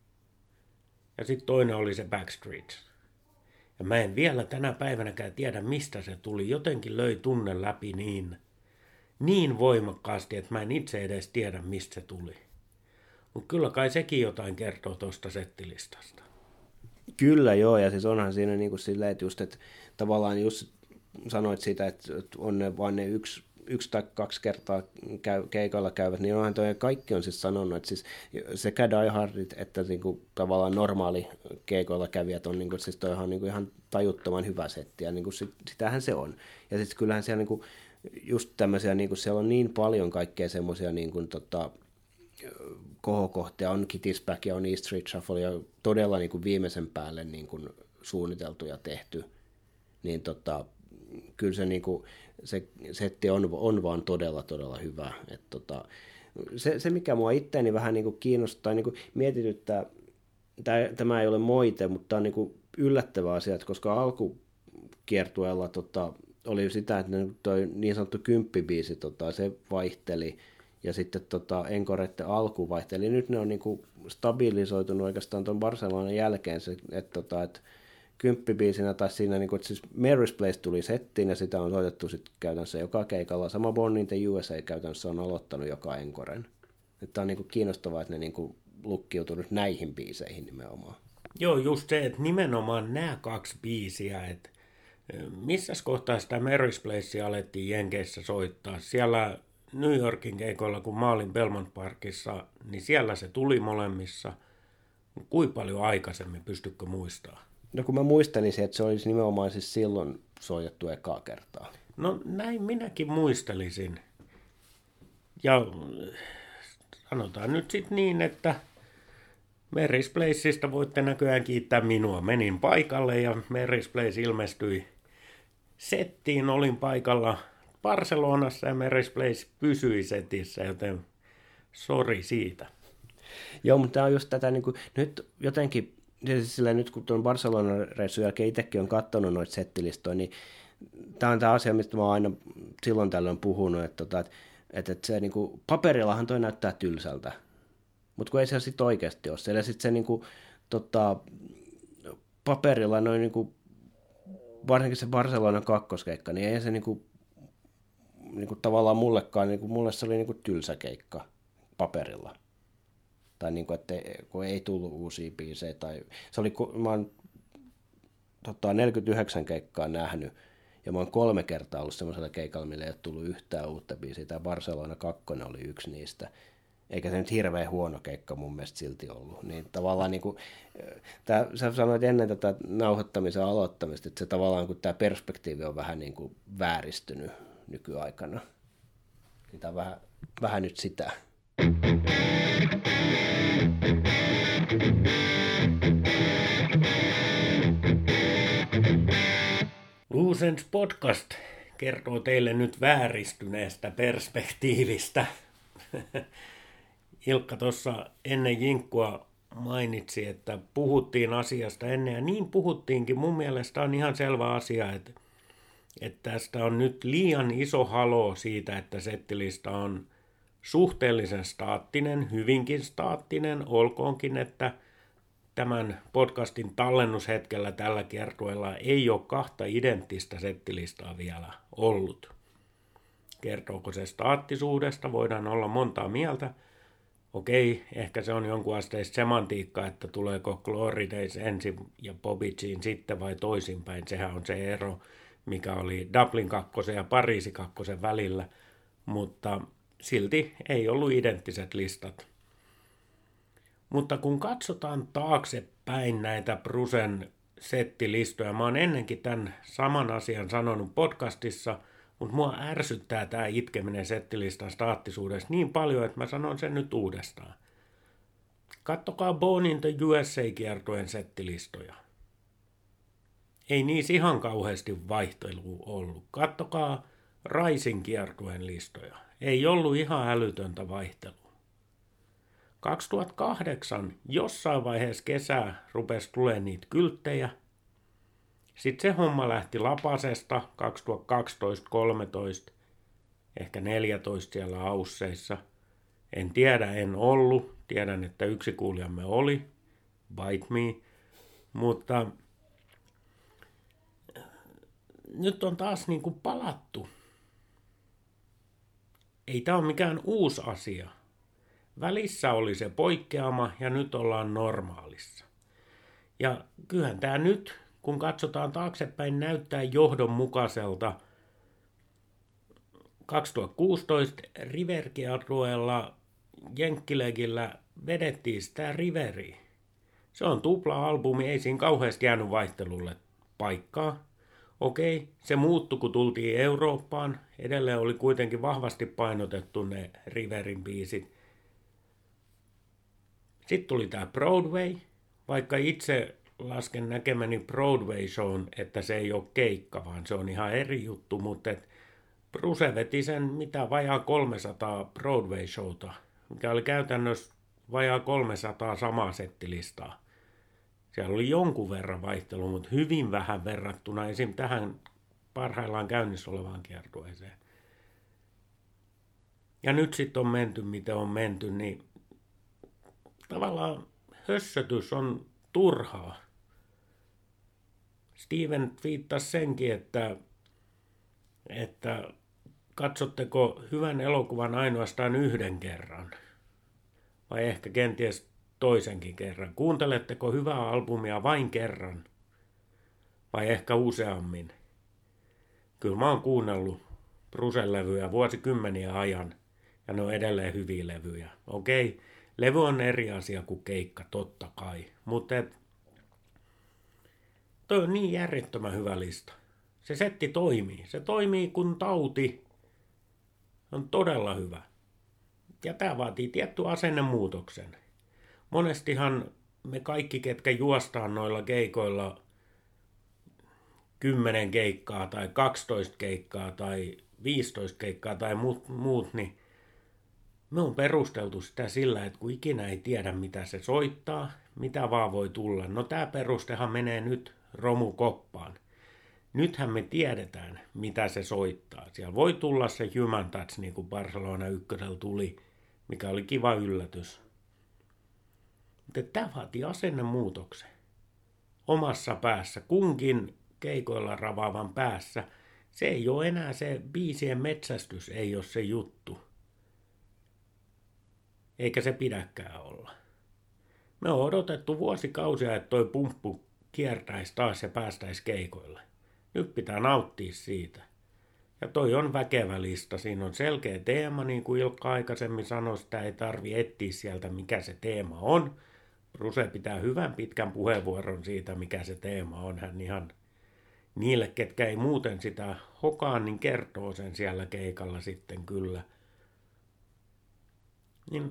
Ja sitten toinen oli se Backstreets. Ja mä en vielä tänä päivänäkään tiedä, mistä se tuli. Jotenkin löi tunne läpi niin, niin voimakkaasti, että mä en itse edes tiedä, mistä se tuli. Mutta kyllä kai sekin jotain kertoo tuosta settilistasta. Kyllä joo, ja siis onhan siinä niin kuin silleen, että just, että tavallaan just sanoit siitä, että on ne vaan ne yksi, yksi tai kaksi kertaa käy, keikalla käyvät, niin onhan toi kaikki on siis sanonut, että siis sekä Die Hardit että niin kuin tavallaan normaali keikoilla kävijät on, niin kuin, siis toi on niin kuin ihan tajuttoman hyvä setti, ja niin kuin sit, sitähän se on. Ja sitten kyllähän siellä niin kuin, just tämmöisiä, niin kuin siellä on niin paljon kaikkea semmoisia niin kuin tota, kohokohtia, on Kitty's Back ja on E Street Shuffle ja todella niin kuin viimeisen päälle niin kuin suunniteltu ja tehty, niin tota, kyllä se, niin kuin, se setti on, on vaan todella, todella hyvä. Et tota, se, se, mikä mua itseäni vähän niin kuin kiinnostaa, niin kuin mietityttää, tämä, tämä ei ole moite, mutta tämä on niin kuin yllättävä asia, koska alkukiertueella tota, oli sitä, että toi niin sanottu kymppibiisi, tota, se vaihteli, ja sitten tota, Encorette alku vaihteli. Nyt ne on niinku stabilisoitunut oikeastaan tuon Barcelonan jälkeen, se, että tota, et kymppibiisinä tai siinä, niinku, että siis Mary's Place tuli settiin, ja sitä on soitettu sitten käytännössä joka keikalla. Sama Born in the U S A käytännössä on aloittanut joka Encoren. Tämä on niinku kiinnostavaa, että ne niinku lukkiutunut näihin biiseihin nimenomaan. Joo, just se, että nimenomaan nämä kaksi biisiä, että missäs kohtaa sitä Mary's Placea alettiin Jenkeissä soittaa? Siellä New Yorkin keikoilla, kun mä olin Belmont Parkissa, niin siellä se tuli molemmissa. Kuinka paljon aikaisemmin, pystytkö muistaa? No kun mä muistelisin, että se olisi nimenomaan siis silloin soitettu ekaa kertaa. No näin minäkin muistelisin. Ja sanotaan nyt sitten niin, että Mary's Placeista voitte näköjään kiittää minua. Menin paikalle ja Mary's Place ilmestyi settiin, olin paikalla Barcelonassa ja Mary's Place pysyi setissä, joten sori siitä. Joo, mutta tämä on just tätä, niin kuin, nyt jotenkin, sillä nyt kun tuon Barcelonan reissun jälkeen itsekin on katsonut noita settilistoja, niin tämä on tämä asia, mistä mä oon aina silloin tällöin puhunut, että, että, että, että se niin kuin, paperillahan toi näyttää tylsältä, mutta kun ei se sitten oikeasti ole. Eli sitten se niin kuin, tota, paperilla noin niin kuin, varsinkin se Barcelonan kakkoskeikka, niin ei se niin kuin, niin kuin tavallaan mullekaan, niin kuin mulle se oli niin kuin tylsä keikka paperilla. Tai niin kuin, että kun ei tullut uusia biisejä. Tai, se oli, mä oon tota, neljäkymmentäyhdeksän keikkaa nähnyt, ja mä oon kolme kertaa ollut semmoisella keikalla, millä ei ole tullut yhtään uutta biisiä. Tämä Barcelona kakkonen oli yksi niistä. Eikä se nyt hirveän huono keikka mun mielestä silti ollut. Niin tavallaan niin kuin, tää, sä sanoit ennen tätä nauhoittamisen aloittamista, että se tavallaan kun tämä perspektiivi on vähän niin kuin vääristynyt nykyaikana. Niin tämä on vähän, vähän nyt sitä. Loose Podcast kertoo teille nyt vääristyneestä perspektiivistä. Ilkka tuossa ennen jinkkua mainitsi, että puhuttiin asiasta ennen, ja niin puhuttiinkin. Mun mielestä on ihan selvä asia, että, että tästä on nyt liian iso halo siitä, että settilista on suhteellisen staattinen, hyvinkin staattinen, olkoonkin, että tämän podcastin tallennushetkellä tällä kiertueella ei ole kahta identtistä settilistaa vielä ollut. Kertooko se staattisuudesta? Voidaan olla montaa mieltä. Okei, ehkä se on jonkun asteista semantiikkaa, että tuleeko Glory Days ensin ja Bobby Jean sitten vai toisinpäin. Sehän on se ero. mikä oli Dublin kakkosen ja Pariisi kakkosen välillä, mutta silti ei ollut identtiset listat. Mutta kun katsotaan taaksepäin näitä Brucen settilistoja, mä oon ennenkin tämän saman asian sanonut podcastissa, mutta mua ärsyttää tämä itkeminen settilistan staattisuudessa niin paljon, että mä sanon sen nyt uudestaan. Kattokaa Born in the U S A-kiertueen settilistoja. Ei niissä ihan kauheasti vaihtelua ollut. Kattokaa Raisin kiertueen listoja. Ei ollut ihan älytöntä vaihtelua. kaksituhattakahdeksan jossain vaiheessa kesää rupesi tulemaan niitä kylttejä. Sitten se homma lähti lapasesta kaksituhattakaksitoista kolmetoista, ehkä neljätoista siellä Ausseissa. En tiedä, en ollut. Tiedän, että yksi kuulijamme oli, Bite Me, mutta nyt on taas niin kuin palattu. Ei tämä ole mikään uusi asia. Välissä oli se poikkeama ja nyt ollaan normaalissa. Ja kyllähän tämä nyt, kun katsotaan taaksepäin, näyttää johdonmukaiselta. kaksituhattakuusitoista River-kiertueella Jenkkilegillä vedettiin sitä Riveriä. Se on tupla-albumi, ei siinä kauheasti jäänyt vaihtelulle paikkaa. Okei, se muuttui, kun tultiin Eurooppaan. Edelleen oli kuitenkin vahvasti painotettu ne Riverin biisit. Sitten tuli tämä Broadway, vaikka itse lasken näkemäni Broadway-shown, että se ei ole keikka, vaan se on ihan eri juttu, mutta Bruce veti sen mitä vajaa kolmesataa Broadway-showta, mikä oli käytännössä vajaa kolmesataa samaa settilistaa. Siellä oli jonkun verran vaihtelua, mutta hyvin vähän verrattuna esim. Tähän parhaillaan käynnissä olevaan kiertueeseen. Ja nyt sitten on menty, miten on menty, niin tavallaan hössötys on turhaa. Steven viittasi senkin, että, että katsotteko hyvän elokuvan ainoastaan yhden kerran, vai ehkä kenties toisenkin kerran. Kuunteletteko hyvää albumia vain kerran, vai ehkä useammin. Kyllä mä oon kuunnellut Brucen levyjä vuosikymmeniä ajan, ja ne on edelleen hyviä levyjä. Okei, levy on eri asia kuin keikka, totta kai, mutta toi on niin järjettömän hyvä lista. Se setti toimii. Se toimii kun tauti. On todella hyvä. Ja tämä vaatii tietty asennemuutoksen. Monestihan me kaikki, ketkä juostaan noilla keikoilla kymmenen keikkaa tai kaksitoista keikkaa tai viisitoista keikkaa tai muut, muut niin me on perusteltu sitä sillä, että kun ikinä ei tiedä, mitä se soittaa, mitä vaan voi tulla. No tämä perustehan menee nyt romukoppaan. Nythän me tiedetään, mitä se soittaa. Siellä voi tulla se Human Touch, niin kuin Barcelona ykkösellä tuli, mikä oli kiva yllätys. Mutta tämä vaatii asennemuutoksen. Omassa päässä, kunkin keikoilla ravaavan päässä. Se ei ole enää se biisien metsästys, ei ole se juttu. Eikä se pidäkään olla. Me on odotettu vuosikausia, että toi pumppu kiertäisi taas ja päästäisi keikoille. Nyt pitää nauttia siitä. Ja toi on väkevä lista. Siinä on selkeä teema, niin kuin Ilkka aikaisemmin sanoi, sitä ei tarvi etsiä sieltä, mikä se teema on. Bruce pitää hyvän pitkän puheenvuoron siitä, mikä se teema on. Hän ihan niille, ketkä ei muuten sitä hokaa, niin kertoo sen siellä keikalla sitten kyllä. Niin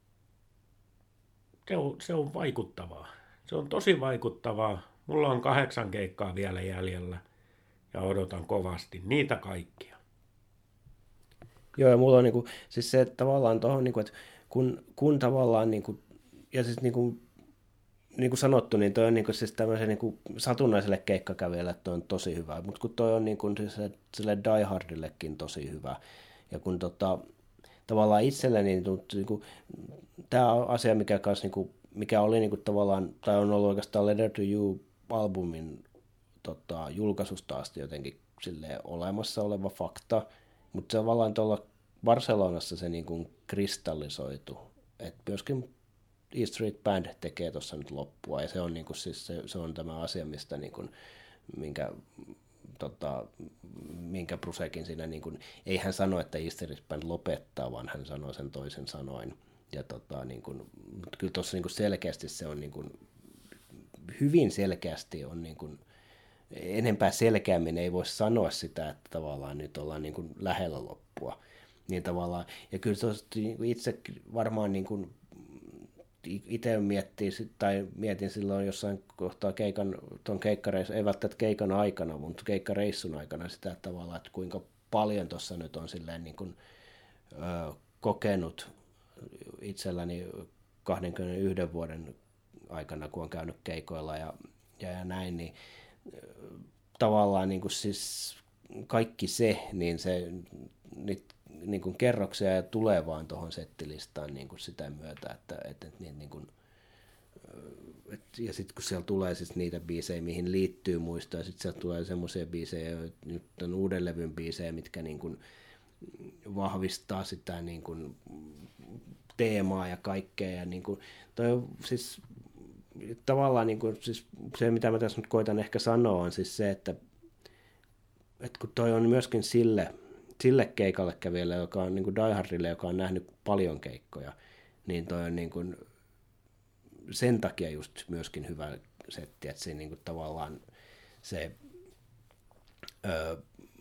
se on, se on vaikuttavaa. Se on tosi vaikuttavaa. Mulla on kahdeksan keikkaa vielä jäljellä ja odotan kovasti niitä kaikkia. Joo, ja mulla on niinku, siis se että tavallaan tuohon, niinku, että kun, kun tavallaan, niinku, ja siis niinku, niin kuin sanottu, niin toi on niinku, siis tämmöisen niinku, satunnaiselle keikkakävijälle, että toi on tosi hyvä, mutta kun toi on niinku, siis sille Die Hardillekin tosi hyvä, ja kun tota, tavallaan itselleni, niin, niinku, tämä on asia, mikä, kans, niinku, mikä oli niinku, tavallaan, tai on ollut oikeastaan Letter to You-albumin tota, julkaisusta asti jotenkin silleen olemassa oleva fakta, mutta se on tavallaan tuolla Barcelonassa se niinku kristallisoitu, että myöskin E Street Band tekee tuossa nyt loppua, ja se on, niinku, siis se, se on tämä asia, mistä, niinku, minkä tota, minkä Brucekin siinä, niin kuin, ei hän sano, että E Street Band lopettaa, vaan hän sanoo sen toisen sanoin. Ja tota, niin kuin, mutta kyllä tuossa niin kuin selkeästi se on niin kuin, hyvin selkeästi on niin kuin, enempää selkeämmin ei voi sanoa sitä, että tavallaan nyt ollaan niin kuin lähellä loppua. Niin tavallaan, ja kyllä tuosta, niin kuin itse varmaan niin kuin, itse miettii, tai mietin silloin jossain kohtaa keikan, tuon keikkareissun, ei välttämättä keikan aikana, mutta keikkareissun aikana sitä että tavallaan, että kuinka paljon tuossa nyt on silleen niin kuin, ö, kokenut itselläni kaksikymmentäyksi vuoden aikana, kun on käynyt keikoilla ja, ja, ja näin, niin tavallaan niin kuin siis kaikki se, niin se nyt niin kuin kerroksia tulee vaan tuohon settilistaan niin kuin sitä myötä, että, että niin, niin kuin, et, ja sitten kun siellä tulee siis niitä biisejä, mihin liittyy muistoja, ja sitten sieltä tulee semmoisia biisejä, nyt on uuden levyn biisejä, mitkä niin kuin vahvistaa sitä niin kuin teemaa ja kaikkea, ja niin kuin, toi, siis, tavallaan niin kuin, siis se, mitä mä tässä nyt koitan ehkä sanoa, on siis se, että, että kun toi on myöskin sille, sille keikalle kävijälle, joka on niin kuin Die Hardille, joka on nähnyt paljon keikkoja, niin toi on niin kuin sen takia just myöskin hyvä setti, että se niin kuin tavallaan se öö,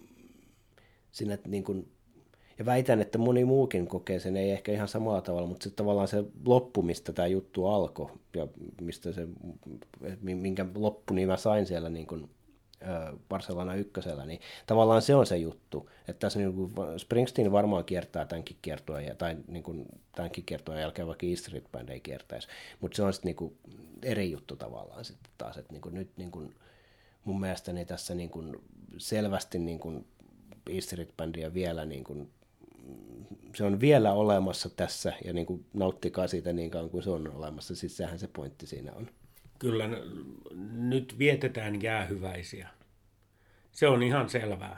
siinä niin kuin, ja väitän, että moni muukin kokee sen, ei ehkä ihan samalla tavalla, mutta se tavallaan se loppu, mistä tämä juttu alkoi, ja mistä se, minkä loppu niin mä sain siellä niin kuin Barcelona ykkösellä, niin tavallaan se on se juttu, että tässä niin kuin Springsteen varmaan kiertää tämänkin kiertueen, tai niin kuin tämänkin kiertueen jälkeen vaikka E Street Band ei kiertäisi, mutta se on sitten niin kuin eri juttu tavallaan sitten taas, että niin kuin nyt niin kuin mun mielestäni tässä niin kuin selvästi niin kuin E Street Bandia vielä niin kuin, se on vielä olemassa tässä ja niin kuin nauttikaa siitä niin kauan kuin se on olemassa, siis sehän se pointti siinä on. Kyllä nyt vietetään jäähyväisiä. Se on ihan selvää.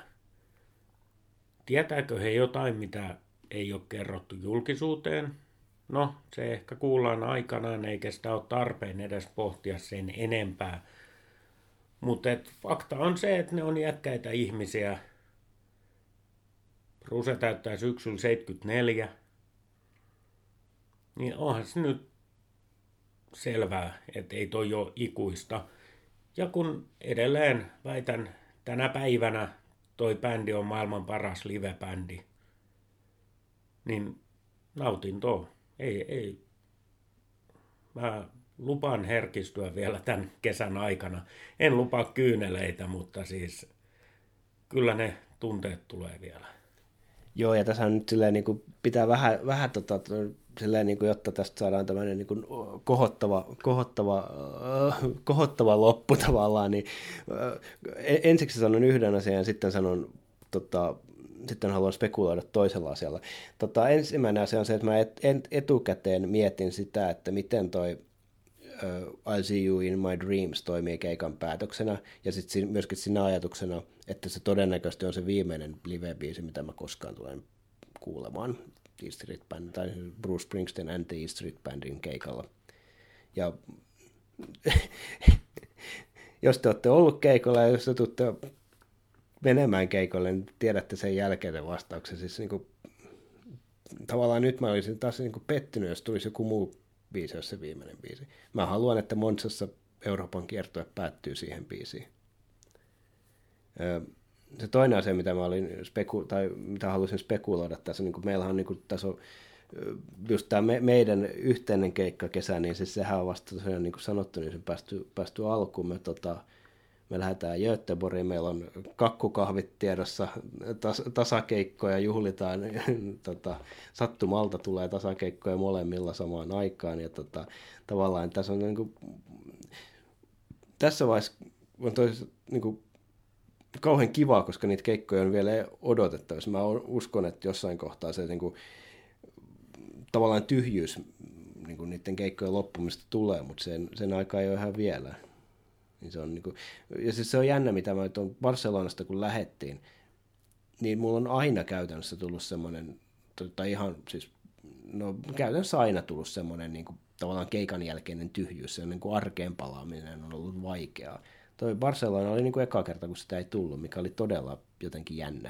Tietääkö he jotain, mitä ei ole kerrottu julkisuuteen? No, se ehkä kuullaan aikanaan, eikä sitä ole tarpeen edes pohtia sen enempää. Mutta fakta on se, että ne on iäkkäitä ihmisiä. Bruce täyttää syksyllä seitsemänkymmentäneljä. Niin onhan se nyt selvää, että ei toi ole ikuista. Ja kun edelleen väitän, tänä päivänä toi bändi on maailman paras live-bändi, niin nautintoa. Ei, ei. Mä lupaan herkistyä vielä tämän kesän aikana. En lupaa kyyneleitä, mutta siis kyllä ne tunteet tulee vielä. Joo, ja tässä on nyt silleen, niin kuin pitää vähän, vähän tota, silleen, niin kuin, jotta tästä saadaan tämmöinen niin kuin kohottava, kohottava, äh, kohottava loppu tavallaan, niin äh, ensiksi sanon yhden asian ja sitten sanon, tota, sitten haluan spekuloida toisella asialla. Tota, ensimmäinen asia on se, että mä et, et, etukäteen mietin sitä, että miten toi uh, I'll See You in My Dreams toimii keikan päätöksenä, ja sitten myöskin siinä ajatuksena, että se todennäköisesti on se viimeinen live-biisi, mitä mä koskaan tulen kuulemaan E Street Band, tai Bruce Springsteen and the E Street Bandin keikalla. Ja jos te olette ollut keikolla, ja jos te tuutte menemään keikolle, niin tiedätte sen jälkeisen vastauksen. Siis niin kuin, tavallaan nyt mä olisin taas niin kuin pettynyt, jos tulisi joku muu biisi, jos se viimeinen biisi. Mä haluan, että Monzassa Euroopan kiertue päättyy siihen biisiin. Se toinen asia, mitä mä olin speku- tai mitä halusin spekuloida tässä, niin kuin meillähän on, niin kuin, tässä on just tämä me, meidän yhteinen keikka kesä, niin siis sehän on vasta tosiaan, niin kuin sanottu, niin se päästy, päästy alkuun. Me, tota, me lähdetään Göteborgiin, meillä on kakkukahvit tiedossa, tas, tasakeikkoja juhlitaan, tota, sattumalta tulee tasakeikkoja molemmilla samaan aikaan, ja tota, tavallaan tässä on niin kuin, tässä vaiheessa on toisaalta niin kuin, kauhean kivaa, koska niitä keikkoja on vielä odotettavissa. Mä uskon, että jossain kohtaa se niin kuin, tavallaan tyhjyys niin kuin niiden keikkojen loppumista tulee, mutta sen, sen aikaa ei ole ihan vielä. Niin se on, niin kuin, ja siis se on jännä, mitä mä tuon Barcelonasta kun lähettiin, niin mulla on aina käytännössä tullut semmoinen, tai ihan siis, no käytännössä aina tullut semmoinen niin kuin, tavallaan keikan jälkeinen tyhjyys, se on niin kuin arkeen palaaminen on ollut vaikeaa. toi Barcelona oli niin kuin eka kerta, kun sitä ei tullut, mikä oli todella jotenkin jännä.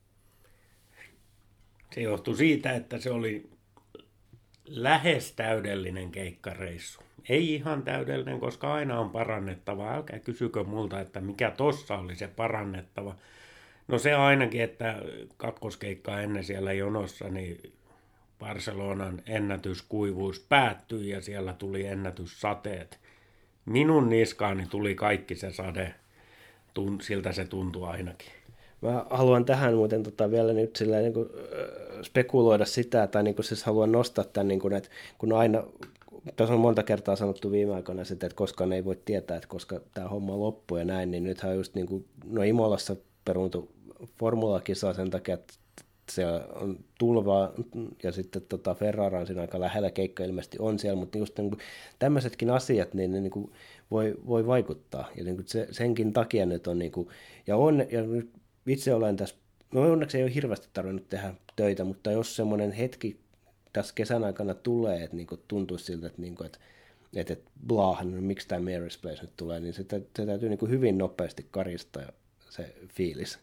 Se johtui siitä, että se oli lähes täydellinen keikkareissu. Ei ihan täydellinen, koska aina on parannettava. Älkää kysykö multa, että mikä tossa oli se parannettava. No se ainakin, että kakkoskeikkaa ennen siellä jonossa, niin Barcelonan ennätyskuivuus päättyi ja siellä tuli ennätyssateet. Minun niskaani tuli kaikki se sade, siltä se tuntui ainakin. Mä haluan tähän muuten tota vielä nyt sillä niin kuin, spekuloida sitä, tai niin kuin siis haluan nostaa tämän, niin kuin, että kun aina, tässä on monta kertaa sanottu viime aikoina sitä, että koskaan ei voi tietää, että koska tämä homma loppuu ja näin, niin nythän on just niin kuin, no Imolassa peruuntu formulakisaa sen takia, että se on tulvaa ja sitten tota Ferrara on siinä aika lähellä, keikka ilmeisesti on siellä, mutta just niin kuin tämmöisetkin asiat niin ne niin kuin voi, voi vaikuttaa ja niin kuin se, senkin takia nyt on niin kuin, ja on, ja nyt itse olen tässä, no onneksi ei ole hirveästi tarvinnut tehdä töitä, mutta jos semmoinen hetki tässä kesän aikana tulee, että niin kuin tuntuisi siltä, että, niin kuin, että, että, että blah, no, miksi tämä Mary's Place nyt tulee, niin se, se täytyy niin kuin hyvin nopeasti karistaa se fiilis.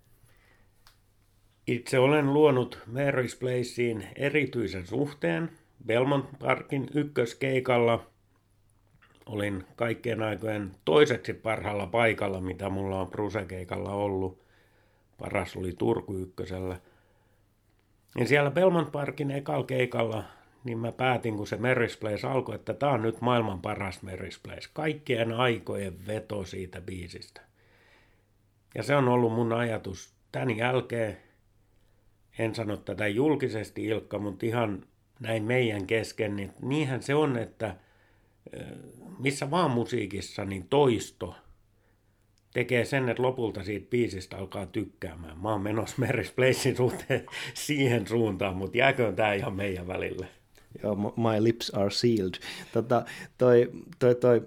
Itse olen luonut Mary's Placeen erityisen suhteen. Belmont Parkin ykköskeikalla olin kaikkien aikojen toiseksi parhaalla paikalla, mitä mulla on Bruce-keikalla ollut. Paras oli Turku ykkösellä. Ja siellä Belmont Parkin ekalla keikalla, niin mä päätin, kun se Mary's Place alkoi, että tää on nyt maailman paras Mary's Place. Kaikkien aikojen veto siitä biisistä. Ja se on ollut mun ajatus tämän jälkeen. En sano tätä julkisesti, Ilkka, mutta ihan näin meidän kesken, niin niinhän se on, että missä vaan musiikissa, niin toisto tekee sen, että lopulta siitä biisistä alkaa tykkäämään. Mä oon menossa Mary's Placen suhteen siihen suuntaan, mutta jääköön tää ihan meidän välille. Joo, my lips are sealed. Tota, toi, toi, toi.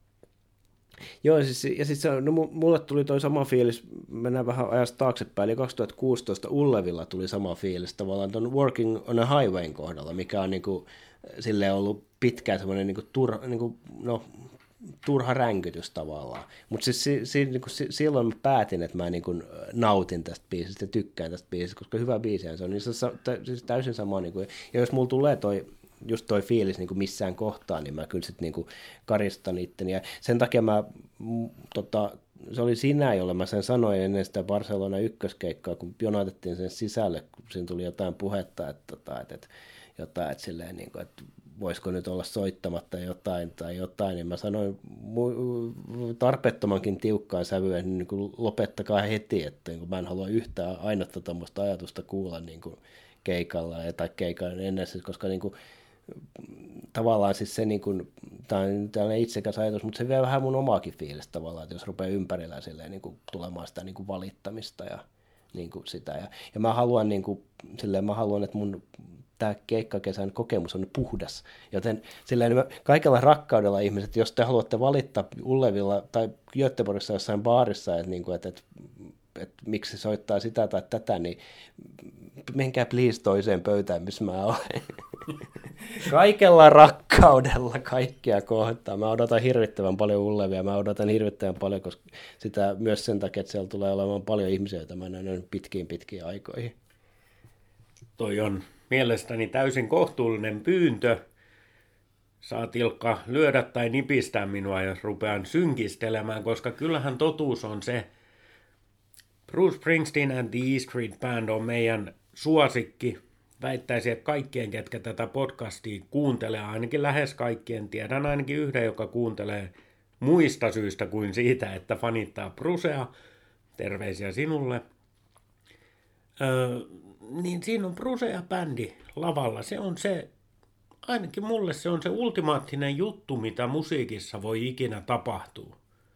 Joo, siis, ja sitten no, mulle tuli toi sama fiilis, mennään vähän ajasta taaksepäin, eli kaksituhattakuusitoista Ullevilla tuli sama fiilis tavallaan tuon Working on a Highwayn kohdalla, mikä on niinku, silleen ollut pitkään semmoinen niinku turha, niinku, no, turha ränkytys tavallaan. Mutta siis si, si, niinku, si, silloin mä päätin, että mä niinku nautin tästä biisistä ja tykkään tästä biisistä, koska hyvä biisiä se on, niin se on siis täysin sama. Niinku, ja jos mulla tulee toi just toi fiilis niin kuin missään kohtaa, niin mä kyllä sitten niin kuin karistan itteni. Ja sen takia mä, m, tota, se oli sinä, jolle mä sen sanoin ennen sitä Barcelona ykköskeikkaa, kun jonotettiin sen sisälle, kun siinä tuli jotain puhetta, että, tota, että, että, jotain, että, silleen, niin kuin, että voisiko nyt olla soittamatta jotain tai jotain, niin mä sanoin tarpeettomankin tiukkaan sävyyn, niin kuin lopettakaa heti, että niin kuin mä en halua yhtään ainutta tuommoista ajatusta kuulla niin kuin keikalla tai keikan ennen, koska niin kuin, tavallaan siis se, niin kuin, tämä on tällainen itsekäs ajatus, mutta se vie vähän mun omaakin fiilistä tavallaan, että jos rupeaa ympärillä silleen, niin kuin, tulemaan sitä niin kuin valittamista ja niin kuin sitä. Ja, ja mä haluan, niin kuin, silleen, mä haluan, että mun tämä keikkakesän kokemus on puhdas, joten silleen, mä, kaikella rakkaudella ihmiset, jos te haluatte valittaa Ullevilla tai Göteborgissa jossain baarissa, että, niin kuin, että, että, että miksi soittaa sitä tai tätä, niin menkää please toiseen pöytään, missä mä olen. Kaikella rakkaudella kaikkia kohtaa. Mä odotan hirvittävän paljon Ullevia, mä odotan hirvittävän paljon, koska sitä myös sen takia, että siellä tulee olemaan paljon ihmisiä, joita mä näen pitkiin pitkiin aikoihin. Toi on mielestäni täysin kohtuullinen pyyntö. Saat, Ilkka, lyödä tai nipistää minua, jos rupean synkistelemään, koska kyllähän totuus on se, Bruce Springsteen and the E Street Band on meidän suosikki. Väittäisin, että kaikkien, ketkä tätä podcastia kuuntelee, ainakin lähes kaikkien, tiedän ainakin yhden, joka kuuntelee muista syistä kuin siitä, että fanittaa Brucea. Terveisiä sinulle. Öö, niin siinä on Bruce ja bändi lavalla. Se on se, ainakin mulle se on se ultimaattinen juttu, mitä musiikissa voi ikinä tapahtua.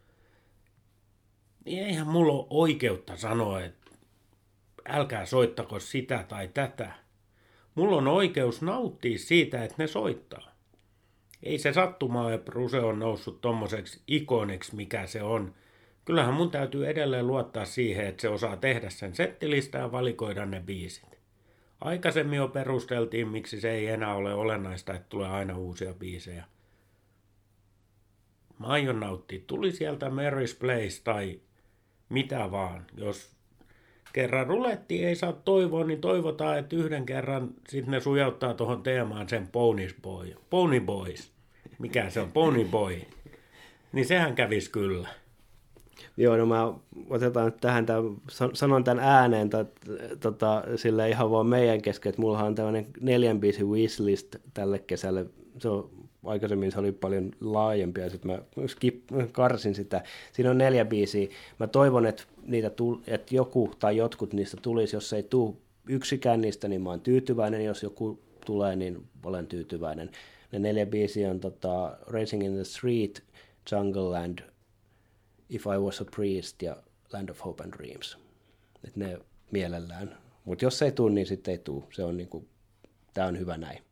Niin eihän mulla ole oikeutta sanoa, että älkää soittako sitä tai tätä. Mulla on oikeus nauttia siitä, että ne soittaa. Ei se sattumaa, että Bruce on noussut tommoseksi ikoniksi, mikä se on. Kyllähän mun täytyy edelleen luottaa siihen, että se osaa tehdä sen settilistä ja valikoida ne biisit. Aikaisemmin jo perusteltiin, miksi se ei enää ole olennaista, että tulee aina uusia biisejä. Mä aion nauttia. Tuli sieltä Mary's Place tai mitä vaan. Jos kerran ruletti ei saa toivoa, niin toivotaan, että yhden kerran sitten ne sujauttaa tuohon teemaan sen Pony Boy. Pony Boys. Mikä se on? Pony Boy. Niin sehän kävisi kyllä. Joo, no mä otetaan nyt tähän, tämän, sanon tämän ääneen t- tota, sille ihan vaan meidän kesken, että mullahan on tämmöinen neljän biisin wishlist tälle kesälle. Se on, aikaisemmin se oli paljon laajempi ja sitten mä skip, karsin sitä. Siinä on neljä biisiä. Mä toivon, että, niitä tul, että joku tai jotkut niistä tulisi. Jos ei tule yksikään niistä, niin mä oon tyytyväinen. Jos joku tulee, niin olen tyytyväinen. Ne neljä biisiä on tota, Racing in the Street, Jungle Land, If I Was a Priest ja Land of Hope and Dreams. Et ne mielellään. Mutta jos ei tule, niin sitten ei tule. Se on niinku, tää on hyvä näin.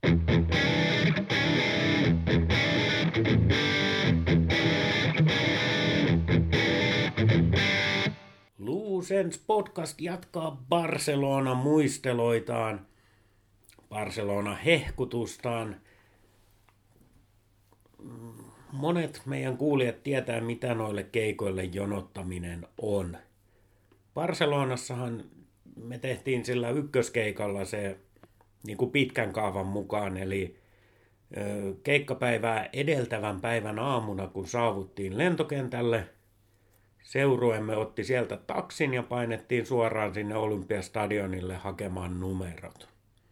Luusens podcast jatkaa Barcelona muisteloitaan, Barcelona hehkutustaan. Monet meidän kuulijat tietää, mitä noille keikoille jonottaminen on. Barcelonassahan me tehtiin sillä ykköskeikalla se niin kuin pitkän kaavan mukaan, eli ö, keikkapäivää edeltävän päivän aamuna, kun saavuttiin lentokentälle, seurueemme otti sieltä taksin ja painettiin suoraan sinne Olympiastadionille hakemaan numerot.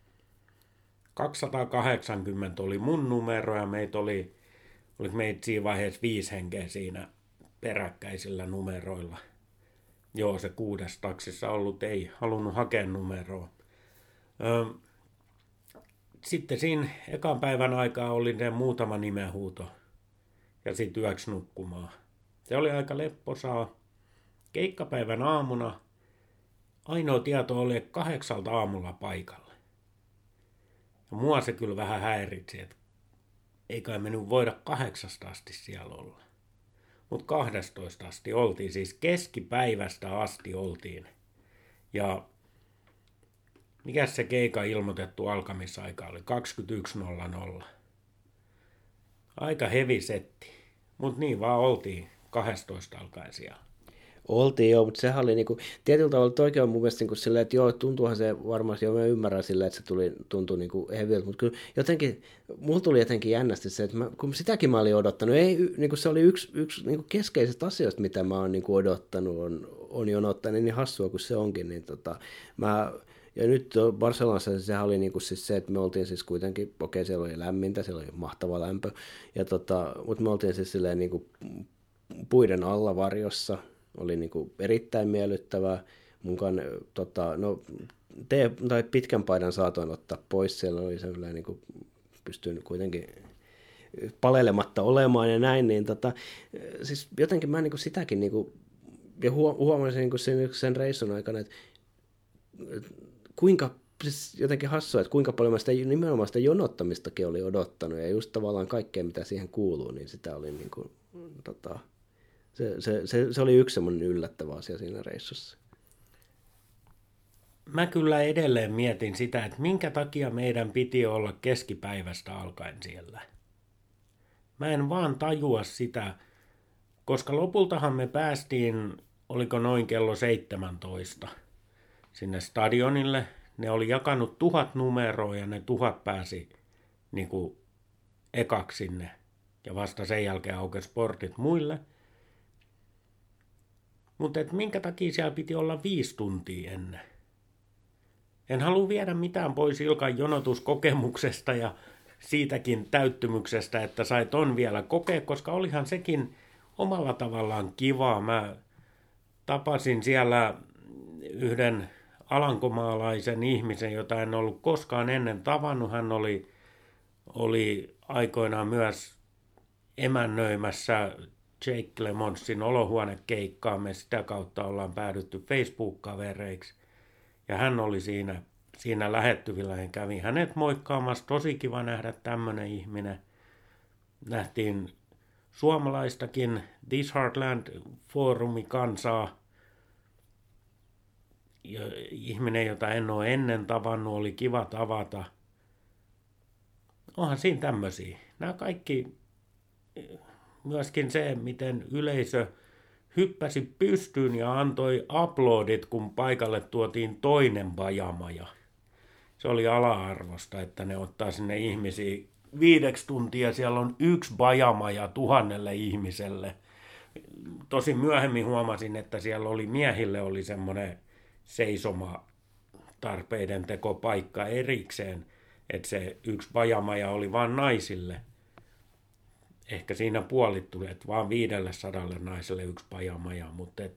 kaksisataakahdeksankymmentä oli mun numero ja meitä oli Oliko meitä siinä vaiheessa viisi henkeä siinä peräkkäisillä numeroilla. Joo, se kuudes taksissa ollut ei halunnut hakea numeroa. Ö, sitten siinä ekan päivän aikaa oli ne muutama nimenhuuto ja sitten yöksi nukkumaan. Se oli aika lepposaa. Keikkapäivän aamuna ainoa tieto oli, että kahdeksalta aamulla paikalle. Ja mua se kyllä vähän häiritsi, että ei kai me nyt voida kahdeksasta asti siellä olla. Mutta kahdestoista asti oltiin, siis keskipäivästä asti oltiin. Ja mikäs se keika ilmoitettu alkamisaika oli? kaksikymmentäyksi nolla nolla. Aika heavy setti, mutta niin vaan oltiin kahdestoista alkaen siellä. Oltiin joo, mutta sehän oli niinku, tietyllä tavalla toikin on mun mielestä niinku silleen, että joo, tuntuuhan se varmasti, joo mä ymmärrän silleen, että se tuli, tuntui niinku heviltä, mutta kyllä jotenkin, mulla tuli jotenkin jännästi se, että mä, kun sitäkin mä olin odottanut, ei, niinku se oli yksi, yksi niinku keskeisistä asioista, mitä mä oon niinku odottanut, on, on jonottanut, niin hassua kuin se onkin, niin tota, mä, ja nyt Barcelonassa sehän oli niinku siis se, että me oltiin siis kuitenkin, okei siellä oli lämmintä, siellä oli mahtava lämpö, ja tota, mutta me oltiin siis silleen niinku puiden alla varjossa, oli niinku erittäin miellyttävää. Munkaan tota, no, tee, tai pitkän paidan saatoin ottaa pois. Siellä oli sellainen, niinku, pystyin kuitenkin palelematta olemaan ja näin. Niin, tota, siis jotenkin mä niinku sitäkin, niinku, ja huomasin niinku sen, sen reissun aikana, että kuinka, siis jotenkin hassua, että kuinka paljon mä sitä, nimenomaan sitä jonottamistakin oli odottanut. Ja just tavallaan kaikkea, mitä siihen kuuluu, niin sitä oli niinku, tota, Se, se, se, se oli yksi semmoinen yllättävä asia siinä reissussa. Mä kyllä edelleen mietin sitä, että minkä takia meidän piti olla keskipäivästä alkaen siellä. Mä en vaan tajua sitä, koska lopultahan me päästiin, oliko noin kello seitsemäntoista sinne stadionille. Ne oli jakanut tuhat numeroa ja ne tuhat pääsi niin kuin ekaksi sinne. Ja vasta sen jälkeen aukesi portit muille. Mutta minkä takia siellä piti olla viisi tuntia ennen? En halua viedä mitään pois Ilkan jonotuskokemuksesta ja siitäkin täyttymyksestä, että sai ton vielä kokea, koska olihan sekin omalla tavallaan kivaa. Mä tapasin siellä yhden alankomaalaisen ihmisen, jota en ollut koskaan ennen tavannut. Hän oli, oli aikoinaan myös emännöimässä Jake Clemonsin olohuonekeikkaa. Me sitä kautta ollaan päädytty Facebook-kavereiksi. Ja hän oli siinä, siinä lähettyvillä ja kävi hänet moikkaamassa. Tosi kiva nähdä tämmöinen ihminen. Nähtiin suomalaistakin This Heartland-foorumi kansaa. Ja ihminen, jota en ole ennen tavannut, oli kiva tavata. Onhan siinä tämmöisiä. Nämä kaikki myöskin se, miten yleisö hyppäsi pystyyn ja antoi aplodit, kun paikalle tuotiin toinen bajamaja. Se oli ala-arvosta, että ne ottaa sinne ihmisiä viideksi tuntia. Siellä on yksi bajamaja tuhannelle ihmiselle. Tosin myöhemmin huomasin, että siellä oli miehille oli semmoinen seisoma tarpeiden tekopaikka erikseen, että se yksi bajamaja oli vain naisille. Ehkä siinä puolittui, että vaan viidelle sadalle naiselle yksi bajamaja, mutta et,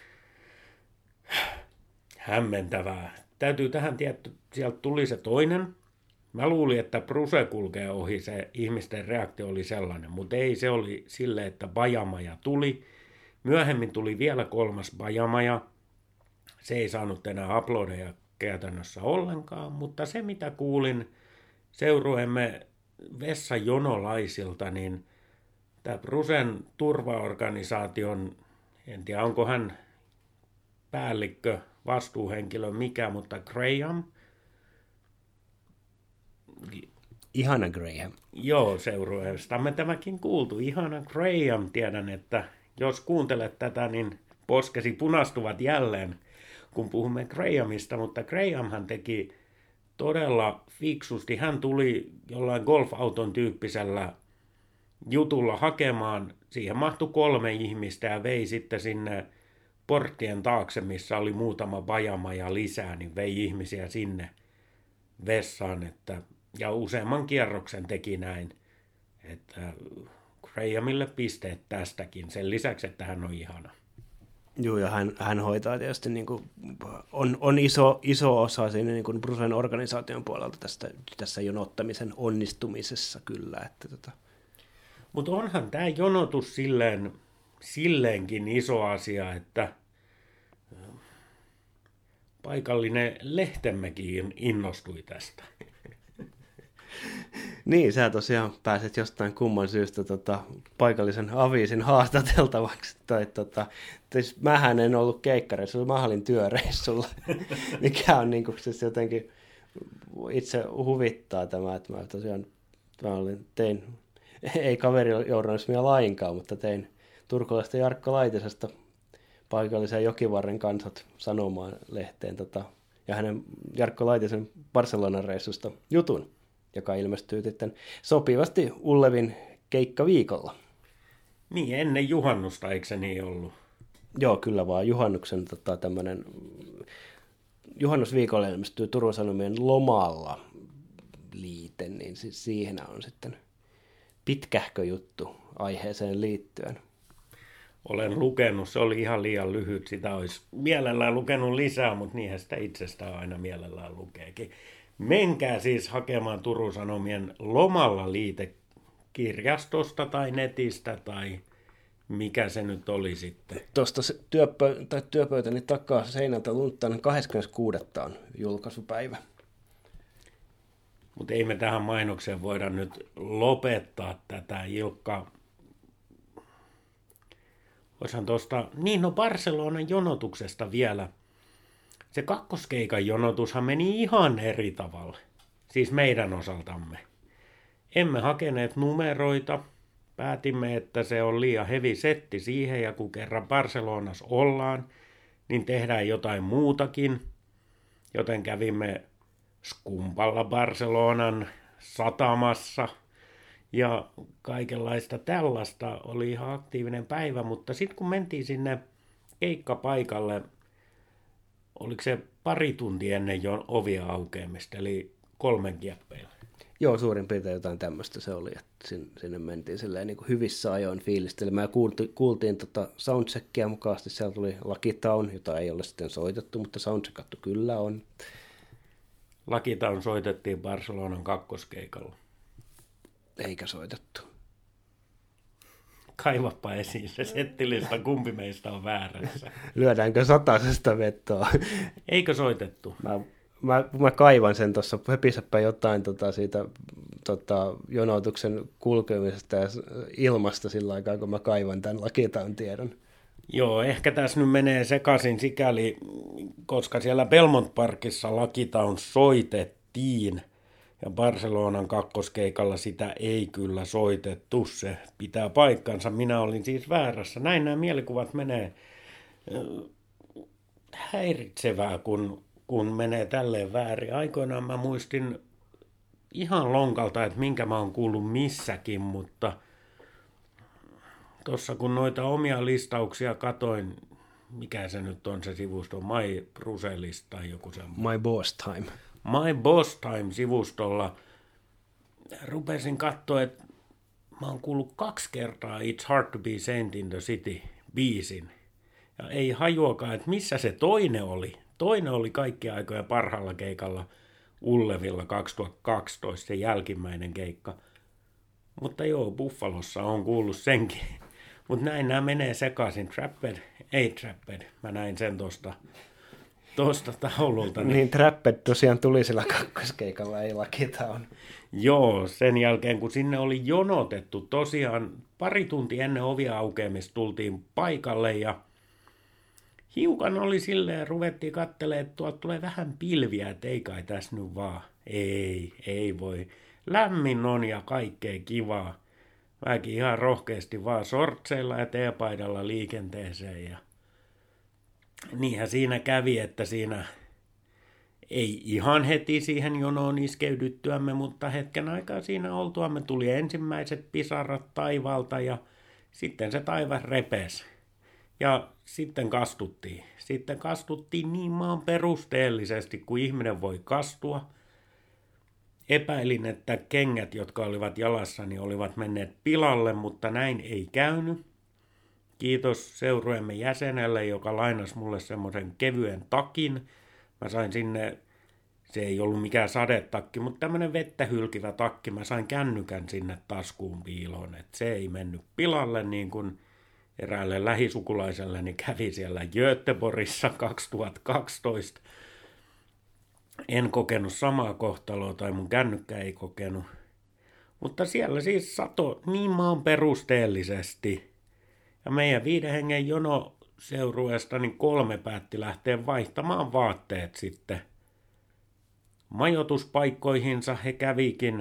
hämmentävää. Täytyy tähän tietty, sieltä tuli se toinen. Mä luulin, että Bruce kulkee ohi, se ihmisten reaktio oli sellainen, mutta ei, se oli sille, että bajamaja tuli. Myöhemmin tuli vielä kolmas bajamaja. Se ei saanut enää aplodeja käytännössä ollenkaan, mutta se mitä kuulin seurueemme vessajonolaisilta, niin tämä Brucen turvaorganisaation, en tiedä onko hän päällikkö, vastuuhenkilö, mikä, mutta Graham. Ihana Graham. Joo, seurueestamme tämäkin kuultu. Ihana Graham, tiedän, että jos kuuntelet tätä, niin poskesi punastuvat jälleen, kun puhumme Grahamista, mutta Grahamhan teki todella fiksusti. Hän tuli jollain golfauton tyyppisellä jutulla hakemaan. Siihen mahtui kolme ihmistä ja vei sitten sinne porttien taakse, missä oli muutama bajamaja lisää, niin vei ihmisiä sinne vessaan. Että, ja useamman kierroksen teki näin. Että Grahamille pisteet tästäkin, sen lisäksi, että hän on ihana. Joo, ja hän, hän hoitaa tietysti, niin kuin, on, on iso, iso osa siinä niin kuin Brucen organisaation puolelta tästä, tässä jonottamisen onnistumisessa kyllä. Että, tota. Mutta onhan tämä jonotus silleen, silleenkin iso asia, että paikallinen lehtemmekin innostui tästä. Niin, sä tosiaan pääset jostain kumman syystä tota, paikallisen aviisin haastateltavaksi. Tai, tota, siis mähän en ollut keikkareissulla, mä olin työreissulla, mikä on niin kuin, siis jotenkin itse huvittaa tämä, että mä tosiaan mä olin, tein, ei kaverijournalismia lainkaan, mutta tein turkulaista Jarkko Laitisesta paikallisen Jokivarren kansat sanomaan lehteen tota, ja hänen Jarkko Laitisen Barcelonan reissusta jutun, joka ilmestyy sitten sopivasti Ullevin keikkaviikolla. Niin, ennen juhannusta, eikö se niin ollut? Joo, kyllä vaan. Juhannuksen tota, tämmöinen, juhannusviikolla ilmestyy Turun Sanomien lomalla liite, niin siis siihen on sitten pitkähkö juttu aiheeseen liittyen. Olen lukenut, se oli ihan liian lyhyt, sitä olisi mielellään lukenut lisää, mutta niinhän sitä itsestään aina mielellään lukeekin. Menkää siis hakemaan Turun Sanomien lomalla liite kirjastosta tai netistä tai mikä se nyt oli sitten. Tuosta työpö- tai työpöytäni takaa seinältä luntaan kahdeskymmeneskuudes on julkaisupäivä. Mutta ei me tähän mainokseen voida nyt lopettaa tätä, Ilkka. Oishan tuosta, niin no Barcelonan jonotuksesta vielä. Se kakkoskeikan jonotushan meni ihan eri tavalla, siis meidän osaltamme. Emme hakeneet numeroita, päätimme, että se on liian heavy setti siihen ja kun kerran Barcelonassa ollaan, niin tehdään jotain muutakin. Joten kävimme skumpalla Barcelonan satamassa ja kaikenlaista tällaista. Oli ihan aktiivinen päivä, mutta sitten kun mentiin sinne keikkapaikalle, oliko se pari tuntia ennen jo ovia aukeamista, eli kolmen kieppeillä? Joo, suurin piirtein jotain tämmöistä se oli, että sinne mentiin silleen niin kuin hyvissä ajoin fiilistelemään. Ja kuultiin, kuultiin tota soundcheckia mukaisesti, siellä tuli Lucky Town, jota ei ole sitten soitettu, mutta soundcheckattu kyllä on. Lucky Town soitettiin Barcelonan kakkoskeikalla. Eikä soitettu. Kaivappa esiin se settilista, kumpi meistä on väärässä. Lyödäänkö satasesta vetoa? Eikö soitettu? Mä, mä, mä kaivan sen tuossa, höpisäpä jotain tota, siitä tota, jonotuksen kulkemisesta ja ilmasta sillä aikaa, kun mä kaivan tämän Lucky Town tiedon. Joo, ehkä tässä nyt menee sekaisin sikäli, koska siellä Belmont Parkissa Lucky Town soitettiin. Ja Barcelonan kakkoskeikalla sitä ei kyllä soitettu, se pitää paikkansa. Minä olin siis väärässä. Näin nämä mielikuvat menee. Häiritsevää, kun, kun menee tälleen väärin. Aikoinaan mä muistin ihan lonkalta, että minkä mä oon kuullut missäkin, mutta tuossa kun noita omia listauksia katoin, mikä se nyt on se sivusto, My Brusellis tai joku semmoinen. My Boss Time. My Boss Time-sivustolla rupesin katsoa, että mä oon kuullut kaksi kertaa It's Hard to be Saint in the City biisin. Ja ei hajuakaan, että missä se toinen oli. Toinen oli kaikkia aikoja parhaalla keikalla Ullevilla kaksituhattakaksitoista, se jälkimmäinen keikka. Mutta joo, Buffalossa on kuullut senkin. Mutta näin nämä menee sekaisin. Trapped, ei Trapped. Mä näin sen tosta, tosta taululta. Niin Trapped tosiaan tuli sillä kakkoskeikalla, ei Lakita on. Joo, sen jälkeen kun sinne oli jonotettu, tosiaan pari tuntia ennen ovia aukeamista tultiin paikalle ja hiukan oli silleen, ruvettiin katselemaan, että tuolta tulee vähän pilviä, että ei kai tässä nyt vaan. Ei, ei voi. Lämmin on ja kaikkea kivaa. Mäkin ihan rohkeasti vaan sortseilla ja teepaidalla liikenteeseen. Ja niinhän siinä kävi, että siinä ei ihan heti siihen jonoon iskeydyttyämme, mutta hetken aikaa siinä oltuamme tuli ensimmäiset pisarat taivaalta ja sitten se taivas repesi. Ja sitten kastuttiin. Sitten kastuttiin niin maan perusteellisesti, kuin ihminen voi kastua. Epäilin, että kengät, jotka olivat jalassani, olivat menneet pilalle, mutta näin ei käynyt. Kiitos seurueemme jäsenelle, joka lainasi mulle semmoisen kevyen takin. Mä sain sinne, se ei ollut mikään sadetakki, mutta tämmöinen vettä hylkivä takki. Mä sain kännykän sinne taskuun piiloon, että se ei mennyt pilalle niin kuin eräälle lähisukulaiselleni kävi siellä Göteborgissa kaksituhattakaksitoista. En kokenut samaa kohtaloa tai mun kännykkä ei kokenut. Mutta siellä siis sato niin maan perusteellisesti. Ja meidän viiden hengen jonoseurueesta niin kolme päätti lähteä vaihtamaan vaatteet sitten. Majoituspaikkoihinsa he kävikin.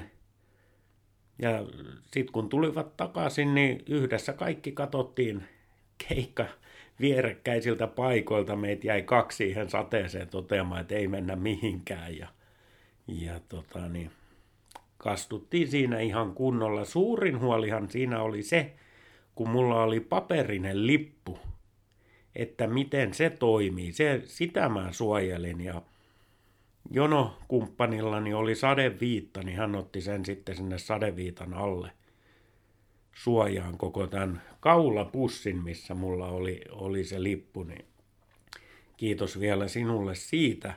Ja sitten kun tulivat takaisin, niin yhdessä kaikki katsottiin keikka vierekkäisiltä paikoilta. Meitä jäi kaksi siihen sateeseen toteamaan, että ei mennä mihinkään. Ja, ja tota niin, kastuttiin siinä ihan kunnolla. Suurin huolihan siinä oli se, kun mulla oli paperinen lippu, että miten se toimii. Se, sitä mä suojelin ja jonokumppanillani oli sadeviitta, niin hän otti sen sitten sinne sadeviitan alle suojaan koko tämän kaulapussin, missä mulla oli, oli se lippu. Niin kiitos vielä sinulle siitä.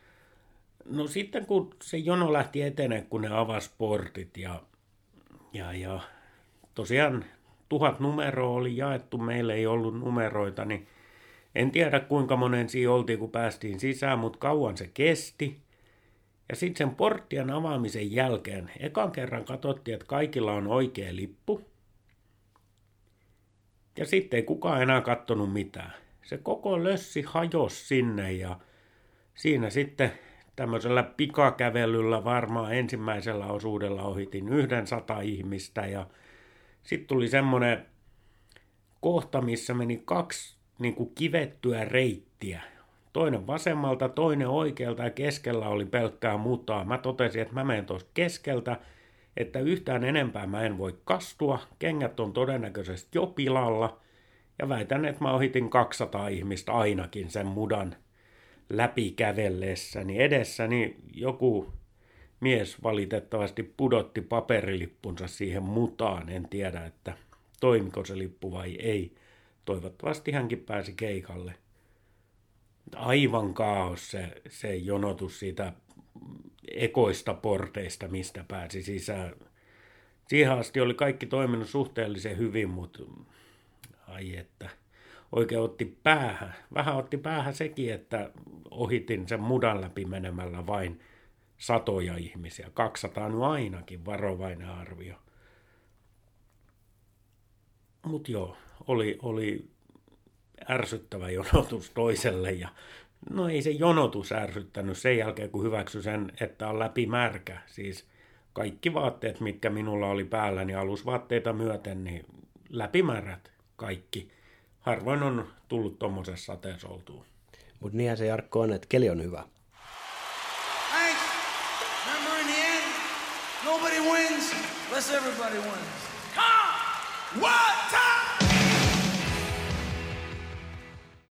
No sitten kun se jono lähti etenemään, kun ne avasi portit ja, ja, ja tosiaan tuhat numeroa oli jaettu, meillä ei ollut numeroita, niin en tiedä kuinka monen siinä oltiin, kun päästiin sisään, mutta kauan se kesti. Ja sitten sen porttien avaamisen jälkeen ekan kerran katsottiin, että kaikilla on oikea lippu. Ja sitten ei kukaan enää katsonut mitään. Se koko lössi hajosi sinne ja siinä sitten tämmöisellä pikakävelyllä varmaan ensimmäisellä osuudella ohitin yhden sata ihmistä. Ja sitten tuli semmoinen kohta, missä meni kaksi niin kuin kivettyä reittiä. Toinen vasemmalta, toinen oikealta ja keskellä oli pelkkää mutaa. Mä totesin, että mä menen tuosta keskeltä, että yhtään enempää mä en voi kastua. Kengät on todennäköisesti jo pilalla. Ja väitän, että mä ohitin kaksisataa ihmistä ainakin sen mudan läpi kävellessäni. Edessäni joku mies valitettavasti pudotti paperilippunsa siihen mutaan. En tiedä, että toimiko se lippu vai ei. Toivottavasti hänkin pääsi keikalle. Aivan kaos se, se jonotus siitä ekoista porteista, mistä pääsi sisään. Siihen asti oli kaikki toiminut suhteellisen hyvin, mutta ai että oikein otti päähän. Vähän otti päähän sekin, että ohitin sen mudan läpi menemällä vain satoja ihmisiä. kaksisataa nyt ainakin, varovainen arvio. Mutta joo, oli, oli ärsyttävä jonotus toiselle ja no ei se jonotus ärsyttänyt sen jälkeen, kun hyväksyi sen, että on läpi märkä. Siis kaikki vaatteet, mitkä minulla oli päällä, niin alusvaatteita myöten, niin läpimärät kaikki. Harvoin on tullut tuommoisessa sateessa oltua. Mutta niinhän se Jarkko on, että keli on hyvä. Thanks. Remember in the end, nobody wins unless everybody wins. Come on! What time?